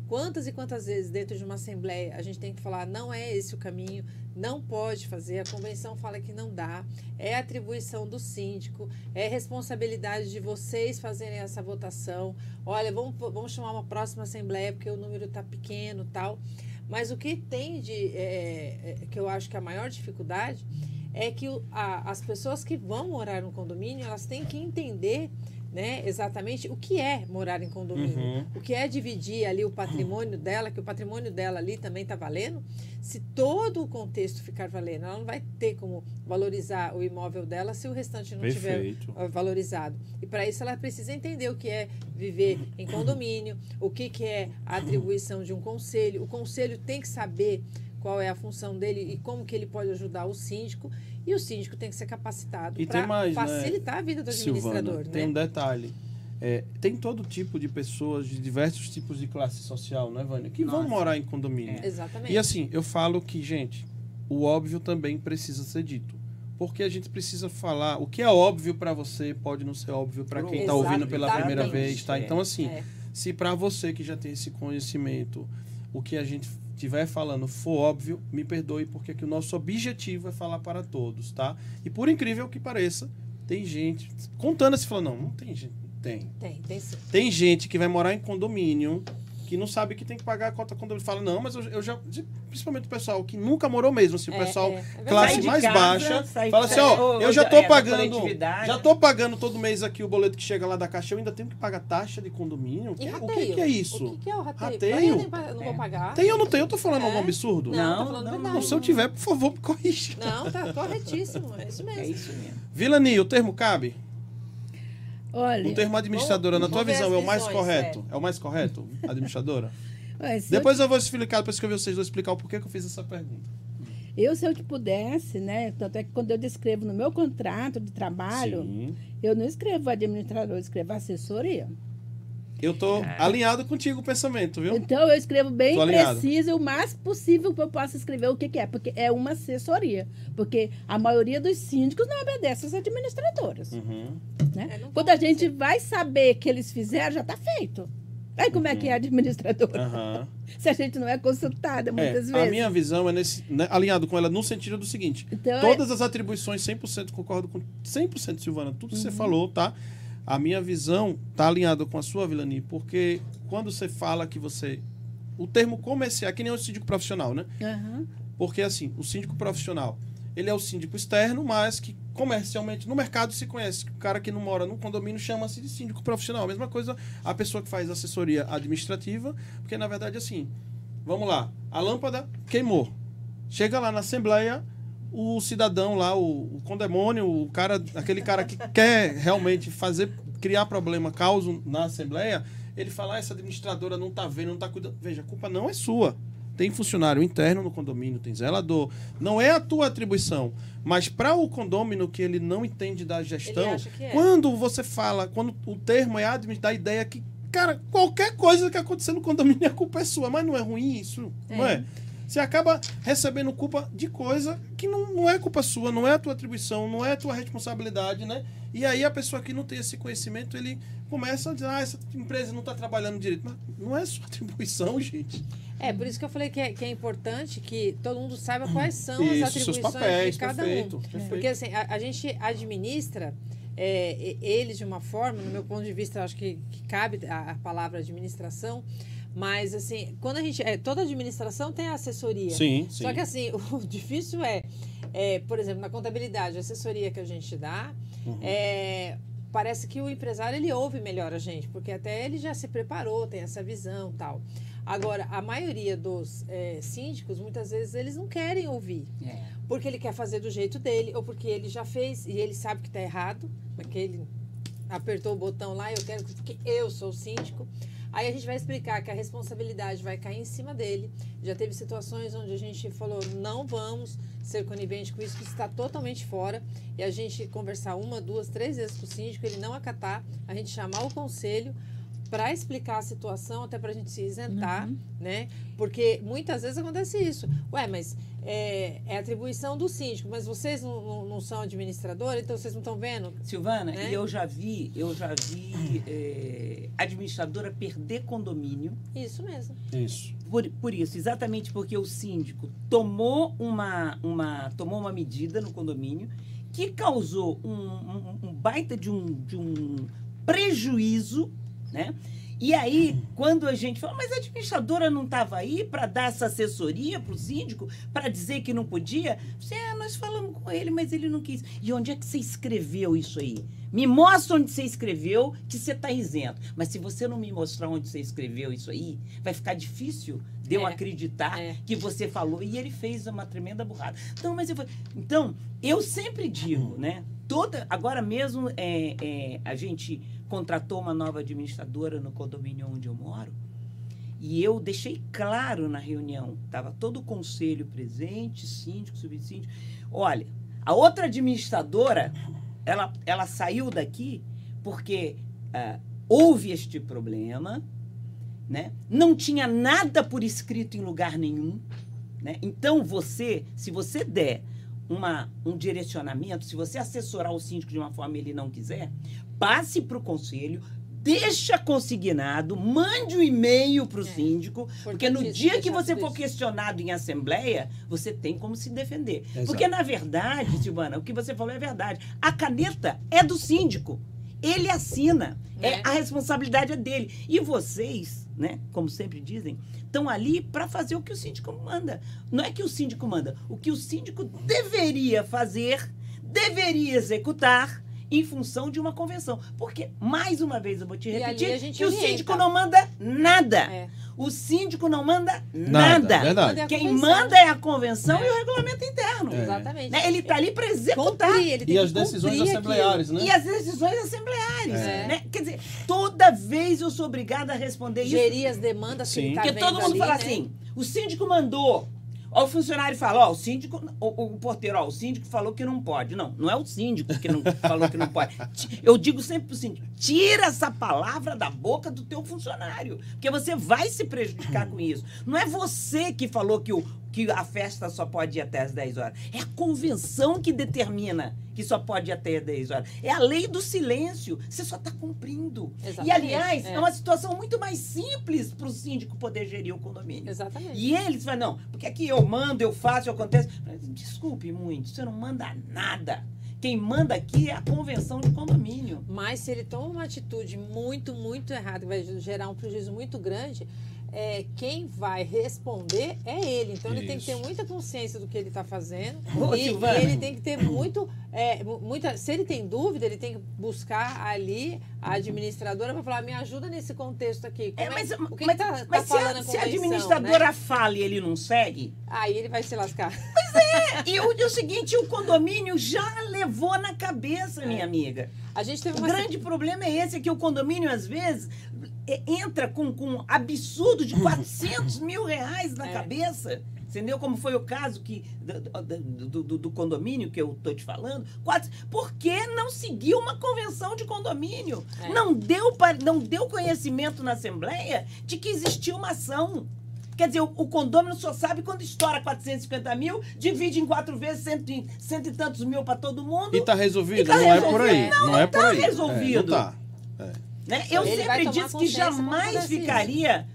Quantas e quantas vezes dentro de uma assembleia a gente tem que falar, não é esse o caminho, não pode fazer, a convenção fala que não dá, é atribuição do síndico, é responsabilidade de vocês fazerem essa votação. Olha, vamos chamar uma próxima assembleia porque o número está pequeno e tal. Mas o que tem que eu acho que a maior dificuldade é que as pessoas que vão morar no condomínio, elas têm que entender, né, exatamente o que é morar em condomínio, o que é dividir ali o patrimônio dela, que o patrimônio dela ali também está valendo. Se todo o contexto ficar valendo, ela não vai ter como valorizar o imóvel dela se o restante não tiver valorizado. E para isso ela precisa entender o que é viver em condomínio, o que é a atribuição de um conselho. O conselho tem que saber qual é a função dele e como que ele pode ajudar o síndico. E o síndico tem que ser capacitado para facilitar a vida do administrador. Silvana, tem um detalhe. Tem todo tipo de pessoas de diversos tipos de classe social, né, Vânia? Que vão morar em condomínio. Exatamente. E assim, eu falo que, gente, o óbvio também precisa ser dito. Porque a gente precisa falar. O que é óbvio para você pode não ser óbvio para quem está ouvindo pela primeira vez, tá? Então, assim, se para você que já tem esse conhecimento, o que a gente estiver falando for óbvio, me perdoe, porque aqui o nosso objetivo é falar para todos, tá? E por incrível que pareça, tem gente contando assim, falando, não tem gente. Tem sim. Tem gente que vai morar em condomínio, que não sabe que tem que pagar a cota condomínio. Fala, não, mas eu já... Principalmente o pessoal que nunca morou mesmo, assim, o pessoal classe mais baixa, fala assim, eu já tô pagando... Já tô pagando todo mês aqui o boleto que chega lá da Caixa, eu ainda tenho que pagar taxa de condomínio? E o que é isso? O que é o rateio? Rateio? Eu não vou pagar. Tem ou não tem? Eu tô falando algum absurdo? Não, tô falando verdade. Se eu tiver, por favor, me corrija. Não, tá corretíssimo, é isso mesmo. É isso mesmo. Vilani, o termo cabe? Olha, O termo administradora, na tua vamos ver visão, é as o mais visões, correto? É o mais correto, administradora? mas Depois eu vou explicar, depois que eu ver vocês dois explicar o porquê que eu fiz essa pergunta. se eu que pudesse, né? Tanto é que quando eu descrevo no meu contrato de trabalho, Sim. eu não escrevo administrador, eu escrevo assessoria. Eu tô alinhado contigo o pensamento, viu? Então, eu escrevo bem Tô alinhado. preciso, o mais possível que eu possa escrever o que é, porque é uma assessoria. Porque a maioria dos síndicos não obedece às administradoras. Né? Não Quando a gente vai saber que eles fizeram, já está feito. Aí como é que é a administradora? Se a gente não é consultada muitas vezes. A minha visão é alinhado com ela no sentido do seguinte. Então, todas as atribuições, 100%, concordo com 100%, Silvana, tudo que você falou, tá? A minha visão tá alinhada com a sua, Vilani, porque quando você fala que você... O termo comercial é que nem o síndico profissional, né? Porque, assim, o síndico profissional, ele é o síndico externo, mas que comercialmente, no mercado se conhece. O cara que não mora num condomínio chama-se de síndico profissional. A mesma coisa a pessoa que faz assessoria administrativa, porque, na verdade, assim, vamos lá, a lâmpada queimou. Chega lá na assembleia, o cidadão lá, o condemônio, o cara, aquele cara que quer realmente criar problema, causa na assembleia, ele fala, essa administradora não tá vendo, não tá cuidando. Veja, a culpa não é sua. Tem funcionário interno no condomínio, tem zelador. Não é a tua atribuição. Mas para o condômino que ele não entende da gestão, quando você fala, quando o termo é dá a ideia que, cara, qualquer coisa que acontecer no condomínio, a culpa é sua. Mas não é ruim isso, não é? Você acaba recebendo culpa de coisa que não é culpa sua, não é a tua atribuição, não é a tua responsabilidade, né? E aí a pessoa que não tem esse conhecimento, ele começa a dizer, essa empresa não está trabalhando direito. Mas não é sua atribuição, gente. Por isso que eu falei que é importante que todo mundo saiba quais são as atribuições seus papéis, de cada perfeito, um. perfeito. Porque assim, a gente administra eles de uma forma, no meu ponto de vista, eu acho que cabe a palavra administração, mas assim, quando a gente. Toda administração tem a assessoria. Sim. Só que assim, o difícil por exemplo, na contabilidade, a assessoria que a gente dá, parece que o empresário ele ouve melhor a gente, porque até ele já se preparou, tem essa visão e tal. Agora, a maioria dos síndicos, muitas vezes, eles não querem ouvir. Porque ele quer fazer do jeito dele, ou porque ele já fez e ele sabe que está errado, porque ele apertou o botão lá, eu quero porque eu sou o síndico. Aí a gente vai explicar que a responsabilidade vai cair em cima dele. Já teve situações onde a gente falou, não vamos ser conivente com isso, que está totalmente fora. E a gente conversar 1, 2, 3 vezes com o síndico, ele não acatar, a gente chamar o conselho, para explicar a situação, até para a gente se isentar, né? Porque muitas vezes acontece isso. Ué, mas é atribuição do síndico, mas vocês não são administradores, então vocês não estão vendo? Silvana, né? e eu já vi administradora perder condomínio. Isso mesmo. Isso. Por isso, exatamente porque o síndico tomou uma medida no condomínio que causou um baita de um prejuízo, né? E aí, quando a gente fala, mas a administradora não estava aí para dar essa assessoria para o síndico, para dizer que não podia? Você, nós falamos com ele, mas ele não quis. E onde é que você escreveu isso aí? Me mostra onde você escreveu que você está isento. Mas se você não me mostrar onde você escreveu isso aí, vai ficar difícil de eu acreditar que você falou. E ele fez uma tremenda burrada. Então, eu sempre digo, né? Agora mesmo, a gente contratou uma nova administradora no condomínio onde eu moro. E eu deixei claro na reunião, estava todo o conselho presente, síndico, subsíndico. Olha, a outra administradora, ela saiu daqui porque houve este problema, né? Não tinha nada por escrito em lugar nenhum, né? Então, se você der um direcionamento, se você assessorar o síndico de uma forma que ele não quiser, passe para o conselho, deixa consignado, mande um e-mail para o síndico, porque no dia que você for questionado em assembleia, você tem como se defender. Exato. Porque, na verdade, Silvana, o que você falou é verdade. A caneta é do síndico. Ele assina. A responsabilidade é dele. E vocês, né, como sempre dizem, estão ali para fazer o que o síndico manda. Não é que o síndico manda. O que o síndico deveria fazer, deveria executar em função de uma convenção. Porque, mais uma vez, eu vou te repetir, que o síndico não manda nada. O síndico não manda nada. Verdade. Quem manda é a convenção e o regulamento interno. Exatamente. Né? Ele está ali para executar. E as decisões assembleares, né? E as decisões assembleares. Né? Quer dizer, toda vez eu sou obrigada a responder isso. Gerir as demandas que ele tá Porque vendo todo mundo ali, fala né? assim, o síndico mandou. Ó, o funcionário fala, o síndico, o porteiro, o síndico falou que não pode. Não é o síndico que não falou que não pode. Eu digo sempre pro síndico, tira essa palavra da boca do teu funcionário, porque você vai se prejudicar com isso. Não é você que falou que a festa só pode ir até as 10 horas. É a convenção que determina que só pode ir até as 10 horas. É a lei do silêncio. Você só está cumprindo. Exatamente. E, aliás, é uma situação muito mais simples para o síndico poder gerir o condomínio. Exatamente. E eles falam, não, porque aqui eu mando, eu faço, acontece. Desculpe muito, você não manda nada. Quem manda aqui é a convenção de condomínio. Mas se ele toma uma atitude muito, muito errada, que vai gerar um prejuízo muito grande, quem vai responder é ele. Então, ele tem que ter muita consciência do que ele está fazendo. E ele tem que ter se ele tem dúvida, ele tem que buscar ali a administradora para falar, me ajuda nesse contexto aqui. O que está falando a convenção, se a administradora né? fala e ele não segue... Aí ele vai se lascar. E o seguinte, o condomínio já levou na cabeça, minha amiga. A gente teve O grande problema é esse, que o condomínio, às vezes, entra com um absurdo de 400 mil reais na cabeça. Entendeu? Como foi o caso do condomínio que eu estou te falando. Por que não seguiu uma convenção de condomínio? Não deu conhecimento na Assembleia de que existia uma ação. Quer dizer, o condomínio só sabe quando estoura 450 mil, divide em 4 vezes, cento e tantos mil para todo mundo. E está resolvido? Não é por aí. Não é por aí. Resolvido. Não tá. Né? Eu sempre disse que jamais ficaria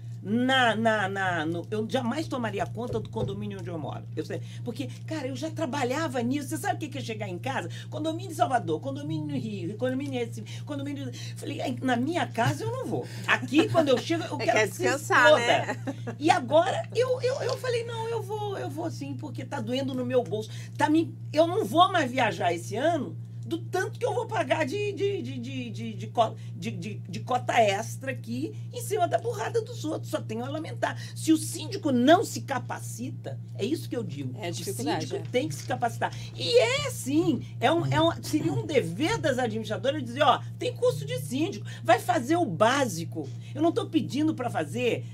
eu jamais tomaria conta do condomínio onde eu moro. Porque, cara, eu já trabalhava nisso. Você sabe o que é chegar em casa? Condomínio em Salvador, condomínio no Rio, condomínio em Recife, condomínio... Falei, na minha casa eu não vou. Aqui, quando eu chego, eu quero descansar, né? E agora, eu falei, não, eu vou sim, porque tá doendo no meu bolso. Eu não vou mais viajar esse ano do tanto que eu vou pagar de cota extra aqui em cima da burrada dos outros. Só tenho a lamentar. Se o síndico não se capacita, é isso que eu digo. É dificuldade. O síndico tem que se capacitar. E sim, seria um dever das administradoras dizer, tem curso de síndico, vai fazer o básico. Eu não estou pedindo para fazer,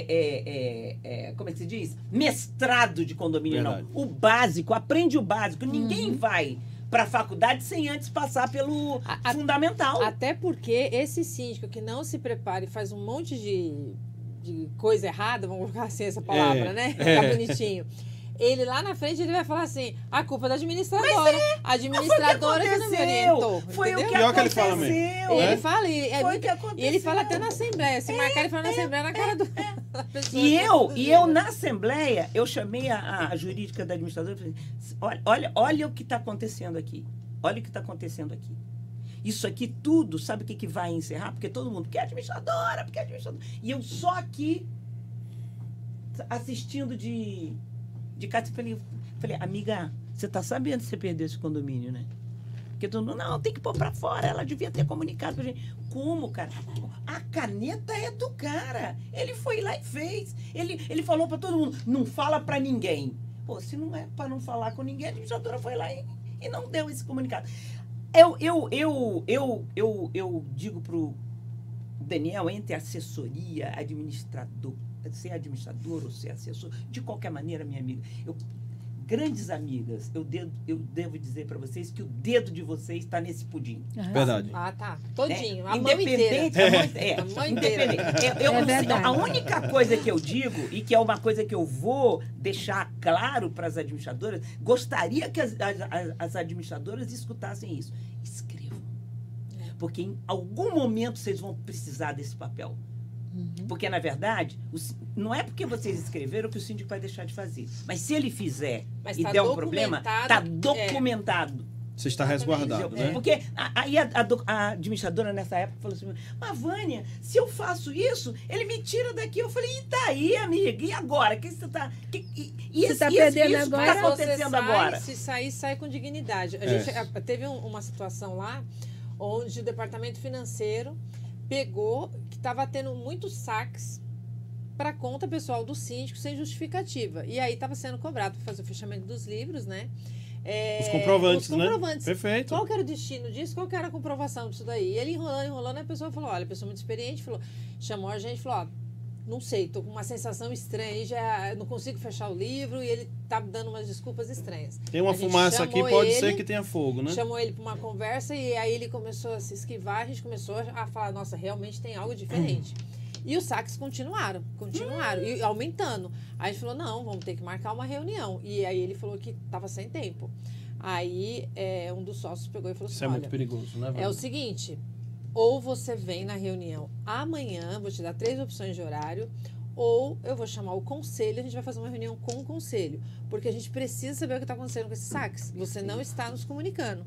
como é que se diz? Mestrado de condomínio, não. O básico, aprende o básico. Ninguém vai para a faculdade sem antes passar pelo fundamental. Até porque esse síndico que não se prepara e faz um monte de coisa errada, vamos colocar assim essa palavra, né? Tá bonitinho. Ele lá na frente ele vai falar assim: a culpa é da administradora. A administradora que não me orientou. Foi o que Pior que ele aconteceu. fala mesmo. E ele fala, Foi o que aconteceu. e ele fala até na Assembleia. Se marcar, ele fala na Assembleia, na cara da pessoa. E eu na Assembleia, eu chamei a jurídica da administradora e falei: olha o que está acontecendo aqui. Olha o que está acontecendo aqui. Isso aqui tudo, sabe o que vai encerrar? Porque todo mundo, porque é administradora. E eu só aqui assistindo de casa, falei, amiga, você tá sabendo que você perdeu esse condomínio, né? Porque todo mundo, não, tem que pôr pra fora, ela devia ter comunicado pra gente. Como, cara? A caneta é do cara. Ele foi lá e fez. Ele falou pra todo mundo, não fala pra ninguém. Pô, se não é pra não falar com ninguém, a administradora foi lá e não deu esse comunicado. Eu digo pro Daniel, entre assessoria, administrador, ser administrador ou ser assessor, de qualquer maneira, minha amiga, grandes amigas, eu devo dizer para vocês que o dedo de vocês está nesse pudim. Verdade. Ah, tá. Todinho. A mão Independente, inteira. a mão inteira. A única coisa que eu digo, e que é uma coisa que eu vou deixar claro para as administradoras, gostaria que as administradoras escutassem isso. Escrevam. Porque em algum momento vocês vão precisar desse papel. Porque, na verdade, não é porque vocês escreveram que o síndico vai deixar de fazer. Mas se ele fizer e der um problema, está documentado. Você está resguardado, né? Porque aí a administradora nessa época falou assim, mas Vânia, se eu faço isso, ele me tira daqui. Eu falei, e daí, amiga? E agora? Que você está... Você está perdendo agora? Está acontecendo agora. Se sair, sai com dignidade. A gente teve uma situação lá, onde o departamento financeiro pegou que estava tendo muitos saques para conta pessoal do síndico sem justificativa. E aí estava sendo cobrado para fazer o fechamento dos livros, né? Os comprovantes, né? Perfeito. Qual que era o destino disso? Qual que era a comprovação disso daí? E ele enrolando, a pessoa falou, olha, a pessoa muito experiente, chamou a gente e falou, não sei, tô com uma sensação estranha, aí já não consigo fechar o livro e ele tá me dando umas desculpas estranhas. Tem uma fumaça aqui, pode ser que tenha fogo, né? Chamou ele para uma conversa e aí ele começou a se esquivar, a gente começou a falar, nossa, realmente tem algo diferente. E os saques continuaram, e aumentando. Aí a gente falou, não, vamos ter que marcar uma reunião. E aí ele falou que estava sem tempo. Aí um dos sócios pegou e falou assim, isso é muito perigoso, né, Vânia? É o seguinte, ou você vem na reunião amanhã, vou te dar 3 opções de horário, ou eu vou chamar o conselho, a gente vai fazer uma reunião com o conselho, porque a gente precisa saber o que está acontecendo com esses saques. Você não está nos comunicando.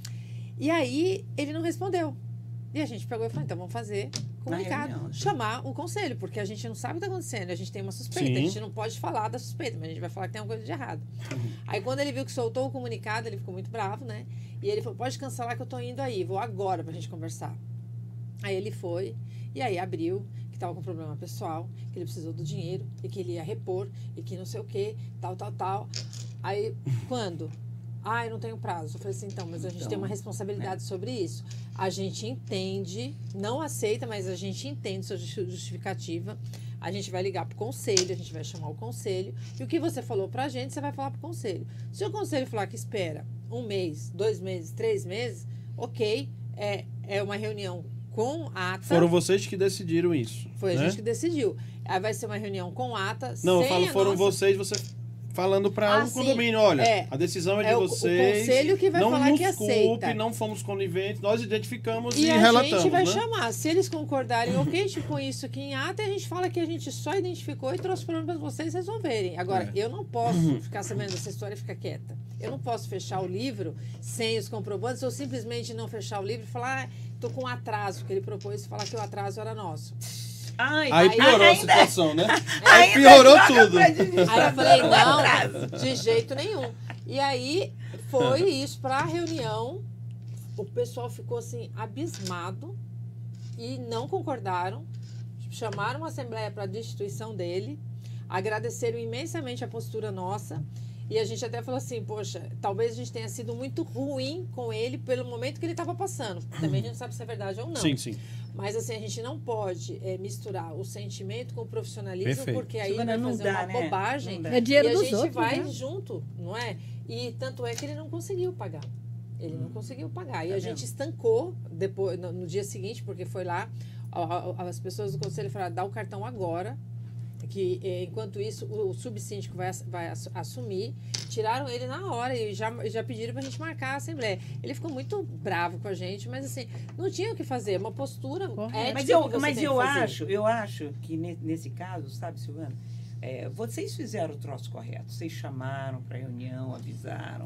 E aí ele não respondeu. E a gente pegou e falou, então vamos fazer comunicado, chamar o conselho, porque a gente não sabe o que está acontecendo, a gente tem uma suspeita, a gente não pode falar da suspeita, mas a gente vai falar que tem alguma coisa de errado. Aí quando ele viu que soltou o comunicado, ele ficou muito bravo, né? E ele falou, pode cancelar que eu tô indo aí, vou agora pra gente conversar. Aí ele foi, e aí abriu, que estava com problema pessoal, que ele precisou do dinheiro, e que ele ia repor, e que não sei o que, tal. Aí, quando? Eu não tenho prazo. Eu falei assim, então, mas a gente tem uma responsabilidade sobre isso. A gente entende, não aceita, mas a gente entende sua justificativa. A gente vai ligar pro conselho, a gente vai chamar o conselho, e o que você falou pra gente, você vai falar pro conselho. Se o conselho falar que espera 1 mês, 2 meses, 3 meses, ok, é uma reunião com ata. Foram vocês que decidiram isso. Foi a gente que decidiu. Aí vai ser uma reunião com ata. Não, eu falo, foram vocês, você falando para o condomínio, olha, a decisão é de vocês. O conselho que vai falar que aceita. Não nos culpe, não fomos coniventes, nós identificamos e relatamos. E a gente vai né? chamar. Se eles concordarem, ok, a gente põe isso aqui em ata e a gente fala que a gente só identificou e trouxe problema para vocês resolverem. Agora, eu não posso ficar sabendo dessa história e ficar quieta. Eu não posso fechar o livro sem os comprovantes ou simplesmente não fechar o livro e falar, tô com um atraso, que ele propôs falar que o atraso era nosso. Aí piorou a situação, né? Aí piorou tudo. Aí eu falei, não, de jeito nenhum. E aí foi isso para a reunião. O pessoal ficou assim, abismado e não concordaram. Chamaram uma assembleia para a destituição dele, agradeceram imensamente a postura nossa. E a gente até falou assim, poxa, talvez a gente tenha sido muito ruim com ele pelo momento que ele estava passando. Também a gente não sabe se é verdade ou não. Sim. Mas assim, a gente não pode misturar o sentimento com o profissionalismo, Perfeito. Porque aí vai fazer uma bobagem. É dinheiro e a dos gente outros, vai né? junto, não é? E tanto é que ele não conseguiu pagar. Ele não conseguiu pagar. E Tá a gente estancou depois, no dia seguinte, porque foi lá, as pessoas do conselho falaram, dá o cartão agora, que enquanto isso o subsíndico vai assumir. Tiraram ele na hora e já pediram pra gente marcar a assembleia. Ele ficou muito bravo com a gente, mas assim, não tinha o que fazer, uma postura ética. Mas eu acho que nesse caso, sabe, Silvana, vocês fizeram o troço correto. Vocês chamaram pra reunião, avisaram.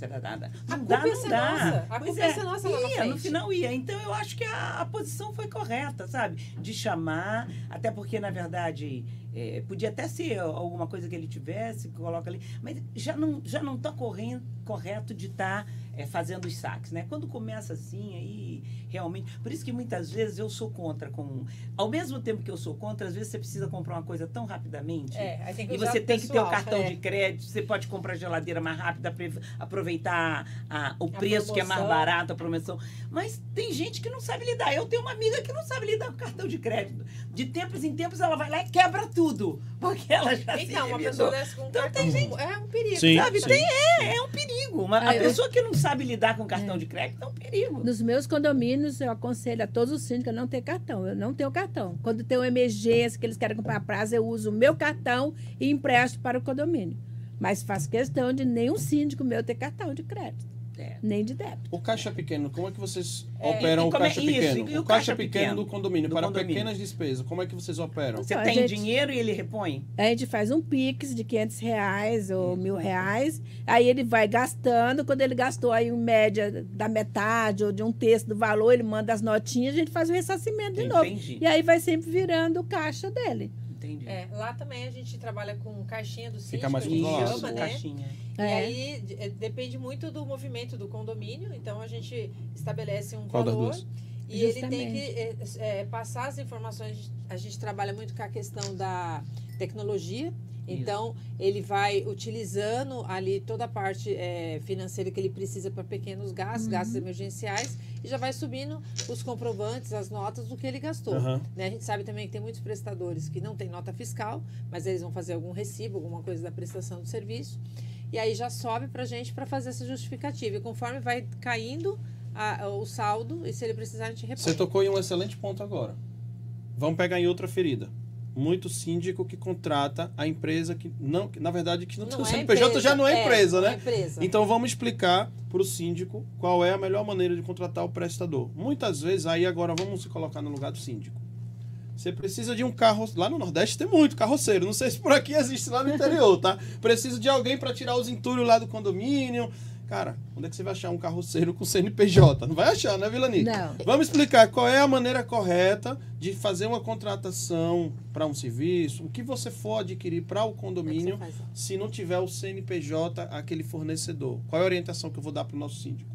Não dá. Nossa. A culpa é nossa lá na frente. No final ia. Então, eu acho que a posição foi correta, sabe? De chamar, até porque, na verdade, podia até ser alguma coisa que ele tivesse, coloca ali, mas já não está correto de estar fazendo os saques, né? Quando começa assim, aí realmente... Por isso que muitas vezes eu sou contra. Ao mesmo tempo que eu sou contra, às vezes você precisa comprar uma coisa tão rapidamente aí tem que e usar você tem que ter o cartão pessoal, de crédito, você pode comprar geladeira mais rápida, aproveitar o preço que é mais promoção. barato, a promoção. Mas tem gente que não sabe lidar. Eu tenho uma amiga que não sabe lidar com cartão de crédito. De tempos em tempos ela vai lá e quebra tudo, porque ela já se Então, uma endividou. pessoa dessa com Então, cartão tem gente- é um perigo, Sim, sabe? sim. É um perigo. A pessoa que não sabe lidar com cartão de crédito é um perigo. Nos meus condomínios, eu aconselho a todos os síndicos a não ter cartão. Eu não tenho cartão. Quando tem uma emergência que eles querem comprar a prazo, eu uso o meu cartão e empresto para o condomínio. Mas faço questão de nenhum síndico meu ter cartão de crédito, nem de débito. O caixa pequeno, como é que vocês operam e o como caixa pequeno? e o O caixa caixa pequeno pequeno do condomínio, do para condomínio? pequenas despesas, como é que vocês operam? Você Então, a tem gente- dinheiro e ele repõe? A gente faz um Pix de R$ 500 ou R$ 1.000, aí ele vai gastando, quando ele gastou aí em média da metade ou de um terço do valor, ele manda as notinhas, a gente faz o ressarcimento de novo. Entendi. E aí vai sempre virando o caixa dele. Entendi. Lá também a gente trabalha com caixinha do síndico, Fica mais a gente controlado. chama, né? Caixinha. E É. aí depende muito do movimento do condomínio, então a gente estabelece um Qual das valor duas? e ele tem que passar as informações. A gente trabalha muito com a questão da tecnologia, então ele vai utilizando ali toda a parte financeira que ele precisa para pequenos gastos emergenciais e já vai subindo os comprovantes, as notas do que ele gastou. Aham. Né? A gente sabe também que tem muitos prestadores que não têm nota fiscal, mas eles vão fazer algum recibo, alguma coisa da prestação do serviço. E aí já sobe para a gente para fazer essa justificativa. E conforme vai caindo o saldo, e se ele precisar, a gente repõe. Você tocou em um excelente ponto agora. Vamos pegar em outra ferida. Muito síndico que contrata a empresa que não, na verdade, que não tem o CNPJ já não é empresa, né? Empresa. Então vamos explicar para o síndico qual é a melhor maneira de contratar o prestador. Muitas vezes, aí agora vamos se colocar no lugar do síndico. Você precisa de um carro. Lá no Nordeste tem muito carroceiro. Não sei se por aqui existe lá no interior, tá? Precisa de alguém para tirar os entulhos lá do condomínio. Cara, onde é que você vai achar um carroceiro com CNPJ? Não vai achar, né, Vilani? Não. Vamos explicar qual é a maneira correta de fazer uma contratação para um serviço, o que você for adquirir para o condomínio, Como é que você faz? se não tiver o CNPJ, aquele fornecedor. Qual é a orientação que eu vou dar para o nosso síndico?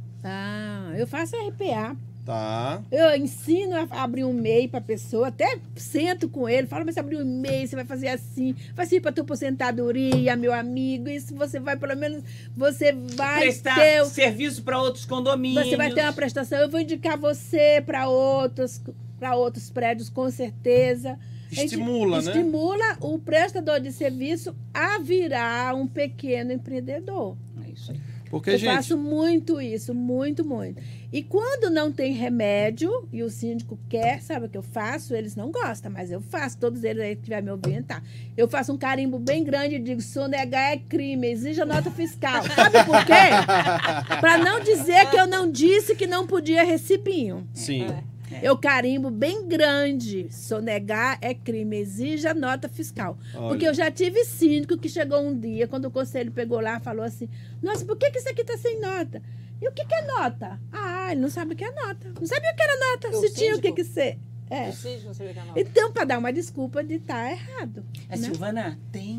Eu faço RPA. Tá. Eu ensino a abrir um MEI para a pessoa, até sento com ele, falo, mas você abrir um MEI, você vai fazer assim, vai ser para tua aposentadoria, meu amigo, isso você vai, pelo menos, você vai Prestar ter... serviço para outros condomínios. Você vai ter uma prestação, eu vou indicar você para outros prédios, com certeza. A gente Estimula, né? Estimula o prestador de serviço a virar um pequeno empreendedor. É isso aí. Porque, Eu gente, faço muito isso, muito, muito. E quando não tem remédio e o síndico quer, sabe o que eu faço? Eles não gostam, mas eu faço. Todos eles aí que estiver me ouvindo, tá? Eu faço um carimbo bem grande e digo, sonegar é crime, exija nota fiscal. Sabe por quê? Para não dizer que eu não disse que não podia recibinho. sim. Eu carimbo bem grande. Sonegar é crime, exija nota fiscal. Olha. Porque eu já tive síndico que chegou um dia, quando o conselho pegou lá, falou assim, nossa, por que isso aqui tá sem nota? E o que é nota? Ah, ele não sabe o que é nota. Não sabia o que era nota, O se tinha o síndico? que ser. O síndico não sabia que é nota. Então, para dar uma desculpa de estar errado. né? Silvana,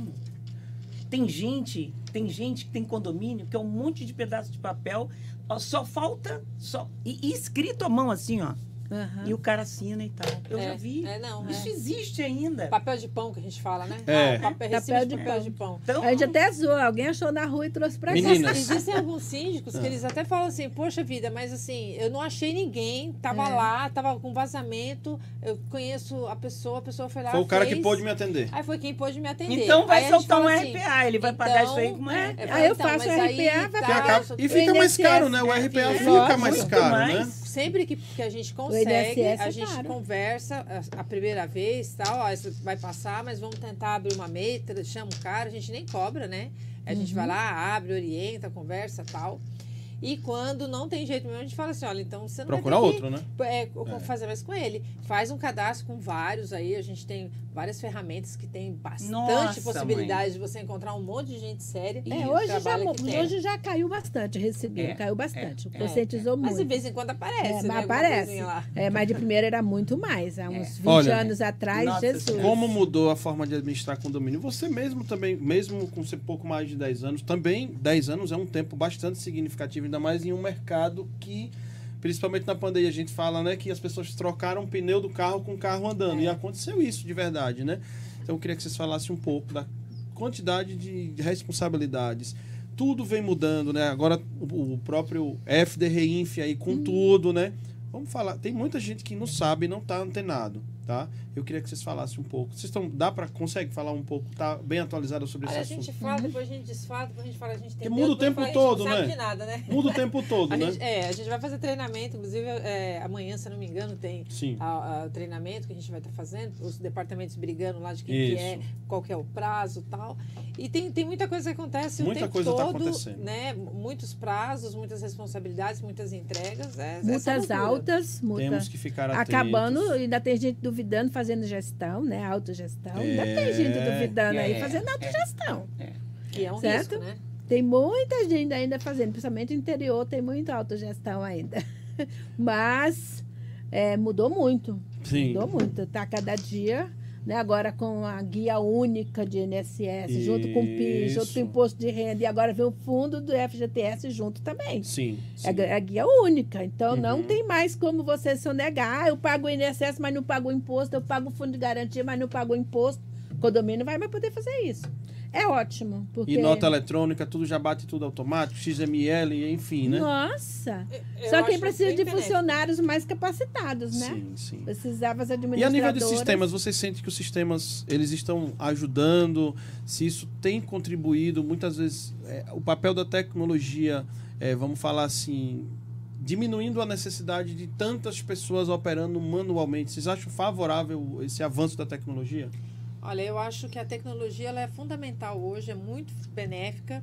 tem gente que tem condomínio que é um monte de pedaço de papel, ó, só falta, e escrito à mão assim, ó, Aham. E o cara assina e tal. Eu já vi. Não, Isso existe ainda. Papel de pão que a gente fala, né? É. Recibo de Papel papel de de pão. Então, A gente até zoou, alguém achou na rua e trouxe pra cá. Meninas. Existem alguns síndicos que eles até falam assim, poxa vida, mas assim, eu não achei ninguém, tava lá, tava com vazamento, eu conheço a pessoa foi lá, Foi o cara que fez, pôde me atender. Aí foi quem pôde me atender. então vai Aí a gente soltar um fala assim, RPA, ele vai pagar isso aí com uma é, RPA. Aí eu faço mas RPA, vai tá, pagar. E fica mais INSS, caro, né? O né? RPA É, fica mais muito caro, mais. né? Sempre que a gente consegue, INSS a é gente caro. conversa a primeira vez, tal, ó, isso vai passar, mas vamos tentar abrir uma meta, chama o cara, a gente nem cobra, né? A gente vai lá, abre, orienta, conversa, tal. E quando não tem jeito mesmo, a gente fala assim, olha, então você não Procurar vai ter outro, né? fazer mais com ele. Faz um cadastro com vários aí, a gente tem várias ferramentas que tem bastante Nossa, possibilidade de você encontrar um monte de gente séria. Hoje já caiu bastante, recebeu, caiu bastante. Conscientizou Mas de muito. vez em quando aparece, Mas né? alguma aparece. coisinha lá. Mas de primeira era muito mais. Há uns 20 Olha, anos atrás, nossa Jesus. Senhora. Como mudou a forma de administrar condomínio? Você mesmo também, mesmo com ser pouco mais de 10 anos, também 10 anos é um tempo bastante significativo, ainda mais em um mercado que, principalmente na pandemia, a gente fala, né, que as pessoas trocaram o pneu do carro com o carro andando. E aconteceu isso de verdade, né? Então eu queria que vocês falassem um pouco da quantidade de responsabilidades. Tudo vem mudando, né? Agora o próprio FD Reinf aí com tudo, né? Vamos falar. Tem muita gente que não sabe, não tá antenado, tá? Eu queria que vocês falassem um pouco. Vocês estão, consegue falar um pouco? Tá bem atualizado sobre esse Olha, a assunto? gente fala, depois a gente desfala, depois a gente fala, a gente tem Porque muda o tempo todo, a gente não sabe né? de nada, né? Muda o tempo todo, A né? gente, a gente vai fazer treinamento, inclusive amanhã, se eu não me engano, tem Sim. o treinamento que a gente vai estar fazendo, os departamentos brigando lá de quem que é, qual que é o prazo e tal. E tem muita coisa que acontece Muita o tempo coisa tá todo, acontecendo. né? Muitos prazos, muitas responsabilidades, muitas entregas. Multas altas, Temos que ficar atentos. acabando, ainda tem gente duvidando, fazendo gestão, né? Autogestão. Ainda tem gente duvidando aí, fazendo autogestão. Que é um Certo? risco, né? Tem muita gente ainda fazendo, principalmente no interior, tem muita autogestão ainda. Mas mudou muito. Sim. Mudou muito. Tá cada dia, né? Agora com a guia única de INSS, junto com o PIS, junto com o imposto de renda, e agora vem o fundo do FGTS junto também. Sim. É a guia única. Então, não tem mais como você sonegar. Eu pago o INSS, mas não pago o imposto. Eu pago o fundo de garantia, mas não pago o imposto. O condomínio não vai mais poder fazer isso. É ótimo. Porque... E nota eletrônica, tudo já bate tudo automático, XML, enfim, né? Nossa! Eu Só quem acho precisa bem de benéfico. funcionários mais capacitados, né? Sim, sim. Precisava as E a administradoras. nível de sistemas, você sente que os sistemas eles estão ajudando? Se isso tem contribuído? Muitas vezes o papel da tecnologia, vamos falar assim, diminuindo a necessidade de tantas pessoas operando manualmente. Vocês acham favorável esse avanço da tecnologia? Olha, eu acho que a tecnologia ela é fundamental hoje, é muito benéfica.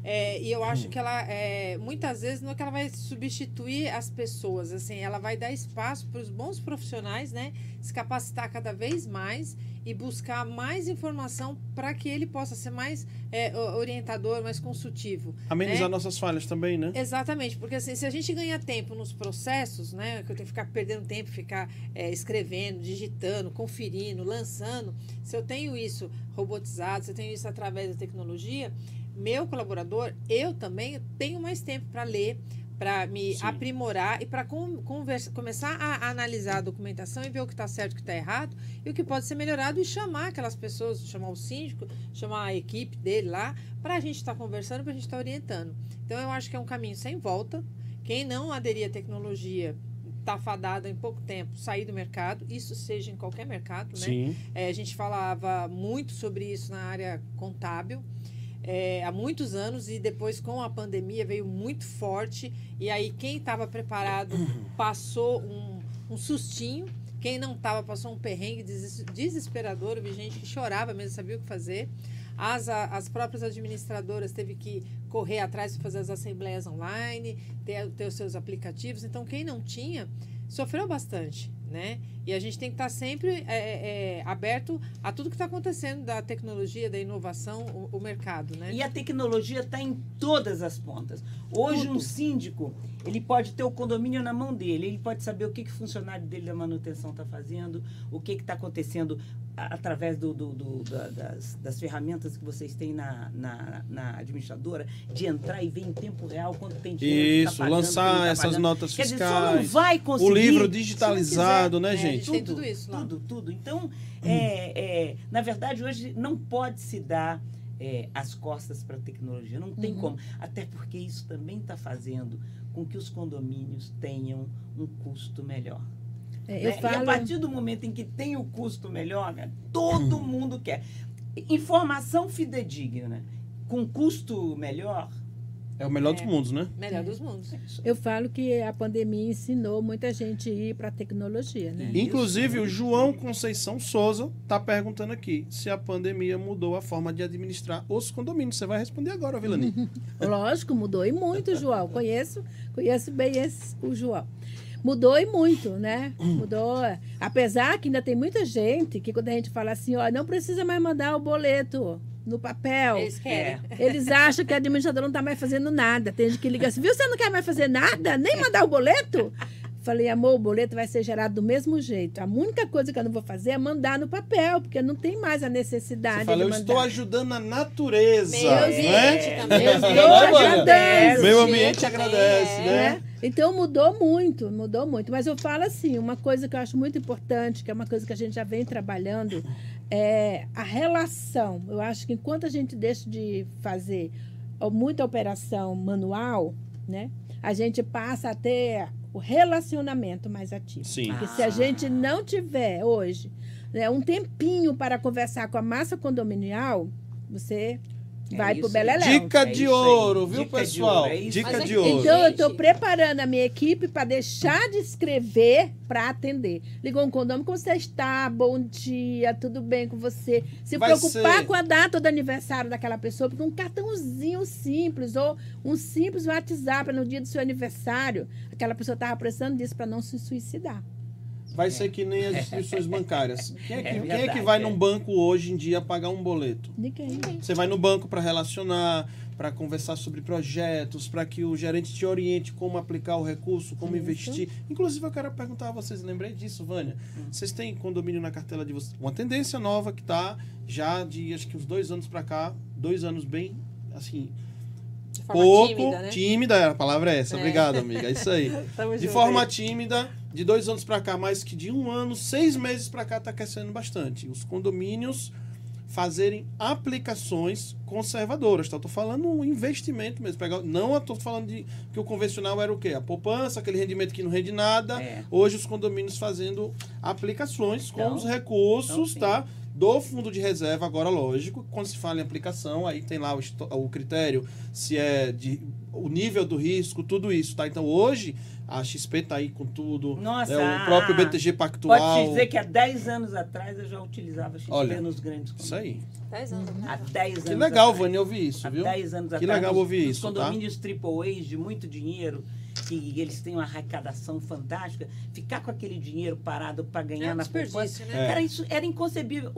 E eu acho que ela, muitas vezes, não é que ela vai substituir as pessoas, assim, ela vai dar espaço para os bons profissionais, né, se capacitar cada vez mais e buscar mais informação para que ele possa ser mais orientador, mais consultivo. Amenizar né? nossas falhas também, né? Exatamente, porque assim, se a gente ganha tempo nos processos, né, que eu tenho que ficar perdendo tempo, ficar escrevendo, digitando, conferindo, lançando, se eu tenho isso robotizado, se eu tenho isso através da tecnologia, meu colaborador, eu também tenho mais tempo para ler, para me aprimorar e para começar a analisar a documentação e ver o que está certo e o que está errado e o que pode ser melhorado e chamar aquelas pessoas, chamar o síndico, chamar a equipe dele lá, para a gente estar conversando, para a gente estar orientando. Então, eu acho que é um caminho sem volta. Quem não aderir à tecnologia está fadado em pouco tempo sair do mercado, isso seja em qualquer mercado, né? Sim. A gente falava muito sobre isso na área contábil, há muitos anos, e depois com a pandemia veio muito forte, e aí quem estava preparado passou um sustinho, quem não estava passou um perrengue desesperador, eu vi gente que chorava mesmo, sabia o que fazer. As próprias administradoras teve que correr atrás para fazer as assembleias online, ter os seus aplicativos. Então, quem não tinha, sofreu bastante. né? E a gente tem que estar sempre aberto a tudo que está acontecendo da tecnologia, da inovação, o mercado, né? E a tecnologia está em todas as pontas. Hoje, um síndico, ele pode ter o condomínio na mão dele, ele pode saber o que o funcionário dele da manutenção está fazendo, o que está acontecendo através das ferramentas que vocês têm na administradora, de entrar e ver em tempo real quanto tem dinheiro. Isso, lançar essas notas fiscais. Quer dizer, só não vai conseguir. O livro digitalizado, né, gente? Tem tudo isso lá. Tudo. Então, na verdade, hoje não pode se dar as costas para a tecnologia. Não tem como. Até porque isso também está fazendo com que os condomínios tenham um custo melhor. E a partir do momento em que tem o custo melhor, né, todo mundo quer. Informação fidedigna com custo melhor. É o melhor dos mundos, né? Melhor dos mundos. Eu falo que a pandemia ensinou muita gente a ir para a tecnologia, né? Inclusive, o João Conceição Souza está perguntando aqui se a pandemia mudou a forma de administrar os condomínios. Você vai responder agora, Vilani. Lógico, mudou e muito, João. Conheço bem o João. Mudou e muito, né? Mudou. Apesar que ainda tem muita gente que quando a gente fala assim, ó, não precisa mais mandar o boleto no papel. Eles querem. Eles acham que a administradora não está mais fazendo nada. Tem gente que liga assim, viu, você não quer mais fazer nada? Nem mandar o boleto? Falei, amor, o boleto vai ser gerado do mesmo jeito. A única coisa que eu não vou fazer é mandar no papel, porque não tem mais a necessidade de mandar. Eu estou ajudando a natureza. Meio ambiente também. Eu estou ajudando. Meio ambiente agradece, né? Então mudou muito. Mas eu falo assim, uma coisa que eu acho muito importante, que é uma coisa que a gente já vem trabalhando, é a relação. Eu acho que enquanto a gente deixa de fazer muita operação manual, né, a gente passa a ter o relacionamento mais ativo. Sim. Porque se a gente não tiver hoje, né, um tempinho para conversar com a massa condominial, você vai pro beleléu. Dica de ouro, viu, pessoal? Dica de ouro. Então, eu estou preparando a minha equipe para deixar de escrever para atender. Ligou um condomínio, como você está? Bom dia, tudo bem com você? Se preocupar com a data do aniversário daquela pessoa, porque um cartãozinho simples ou um simples WhatsApp no dia do seu aniversário, aquela pessoa estava precisando disso para não se suicidar. Vai ser que nem as instituições bancárias. Quem é que vai num banco hoje em dia pagar um boleto? Ninguém. Você vai no banco para relacionar, para conversar sobre projetos, para que o gerente te oriente como aplicar o recurso, como investir. Inclusive, eu quero perguntar a vocês, lembrei disso, Vânia. Vocês têm condomínio na cartela de vocês? Uma tendência nova que está já de, acho que uns 2 anos para cá, 2 anos bem, assim... De forma pouco, tímida, né? Tímida, a palavra é essa. Obrigado, amiga. É isso aí. De forma tímida, de 2 anos para cá, mais que de 1 ano, 6 meses para cá, está crescendo bastante. Os condomínios fazerem aplicações conservadoras. Estou falando um investimento mesmo. Não estou falando de que o convencional era o quê? A poupança, aquele rendimento que não rende nada. Hoje os condomínios fazendo aplicações com os recursos, tá? Do fundo de reserva, agora, lógico, quando se fala em aplicação, aí tem lá o critério, se é o nível do risco, tudo isso, tá? Então, hoje, a XP tá aí com tudo. Nossa, o próprio BTG Pactual. Pode te dizer que há 10 anos atrás eu já utilizava XP nos grandes condomínios. Isso aí. 10 anos. Há 10 anos Que legal, atrás. Vânia, ouvir isso, viu? Há 10 anos atrás. Que legal ouvir isso, os condomínios AAA de muito dinheiro, que eles têm uma arrecadação fantástica, ficar com aquele dinheiro parado para ganhar na poupança, né? Cara, isso era inconcebível.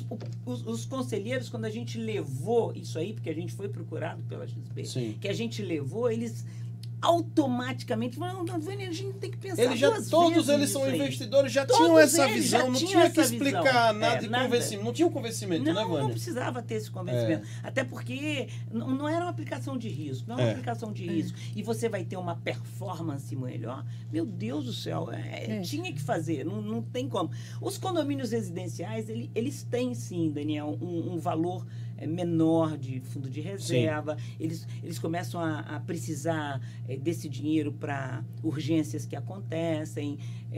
Os conselheiros, quando a gente levou isso aí, porque a gente foi procurado pela XP, Sim. que a gente levou, eles automaticamente falaram, não, Vânia, a gente tem que pensar todos eles são investidores, já tinham essa visão, não tinha que explicar nada de convencimento. Não tinha um convencimento, né, Vânia? Não precisava ter esse convencimento. Até porque não era uma aplicação de risco, não é uma aplicação de risco. E você vai ter uma performance melhor. Meu Deus do céu, tinha que fazer, não tem como. Os condomínios residenciais, eles têm sim, Daniel, um valor menor de fundo de reserva. Eles começam a precisar desse dinheiro para urgências que acontecem.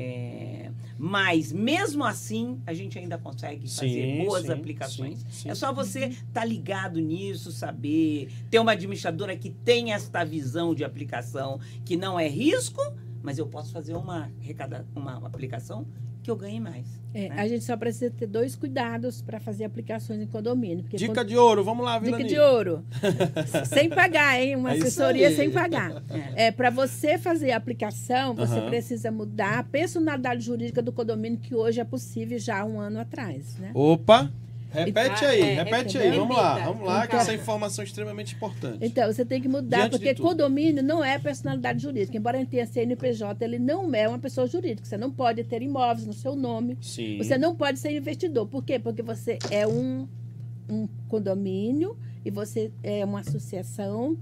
Mas, mesmo assim, a gente ainda consegue fazer boas aplicações. Sim. É só você estar ligado nisso, saber, ter uma administradora que tem esta visão de aplicação, que não é risco, mas eu posso fazer uma aplicação que eu ganhe mais. É, né? a gente só precisa ter 2 cuidados para fazer aplicações em condomínio. Porque Dica de ouro, vamos lá, Dica Vilani. de ouro. Sem pagar, hein? Uma É isso assessoria aí. sem pagar. Para você fazer a aplicação, você Aham. precisa mudar a personalidade jurídica do condomínio, que hoje é possível já há um ano atrás, né? Opa, repete aí, repete aí, repita. vamos lá, que Então- essa informação é extremamente importante. Então, você tem que mudar, Diante de porque tudo. condomínio não é personalidade jurídica. Embora ele tenha CNPJ, ele não é uma pessoa jurídica. Você não pode ter imóveis no seu nome. Sim. Você não pode ser investidor. Por quê? Porque você é um condomínio e você é uma associação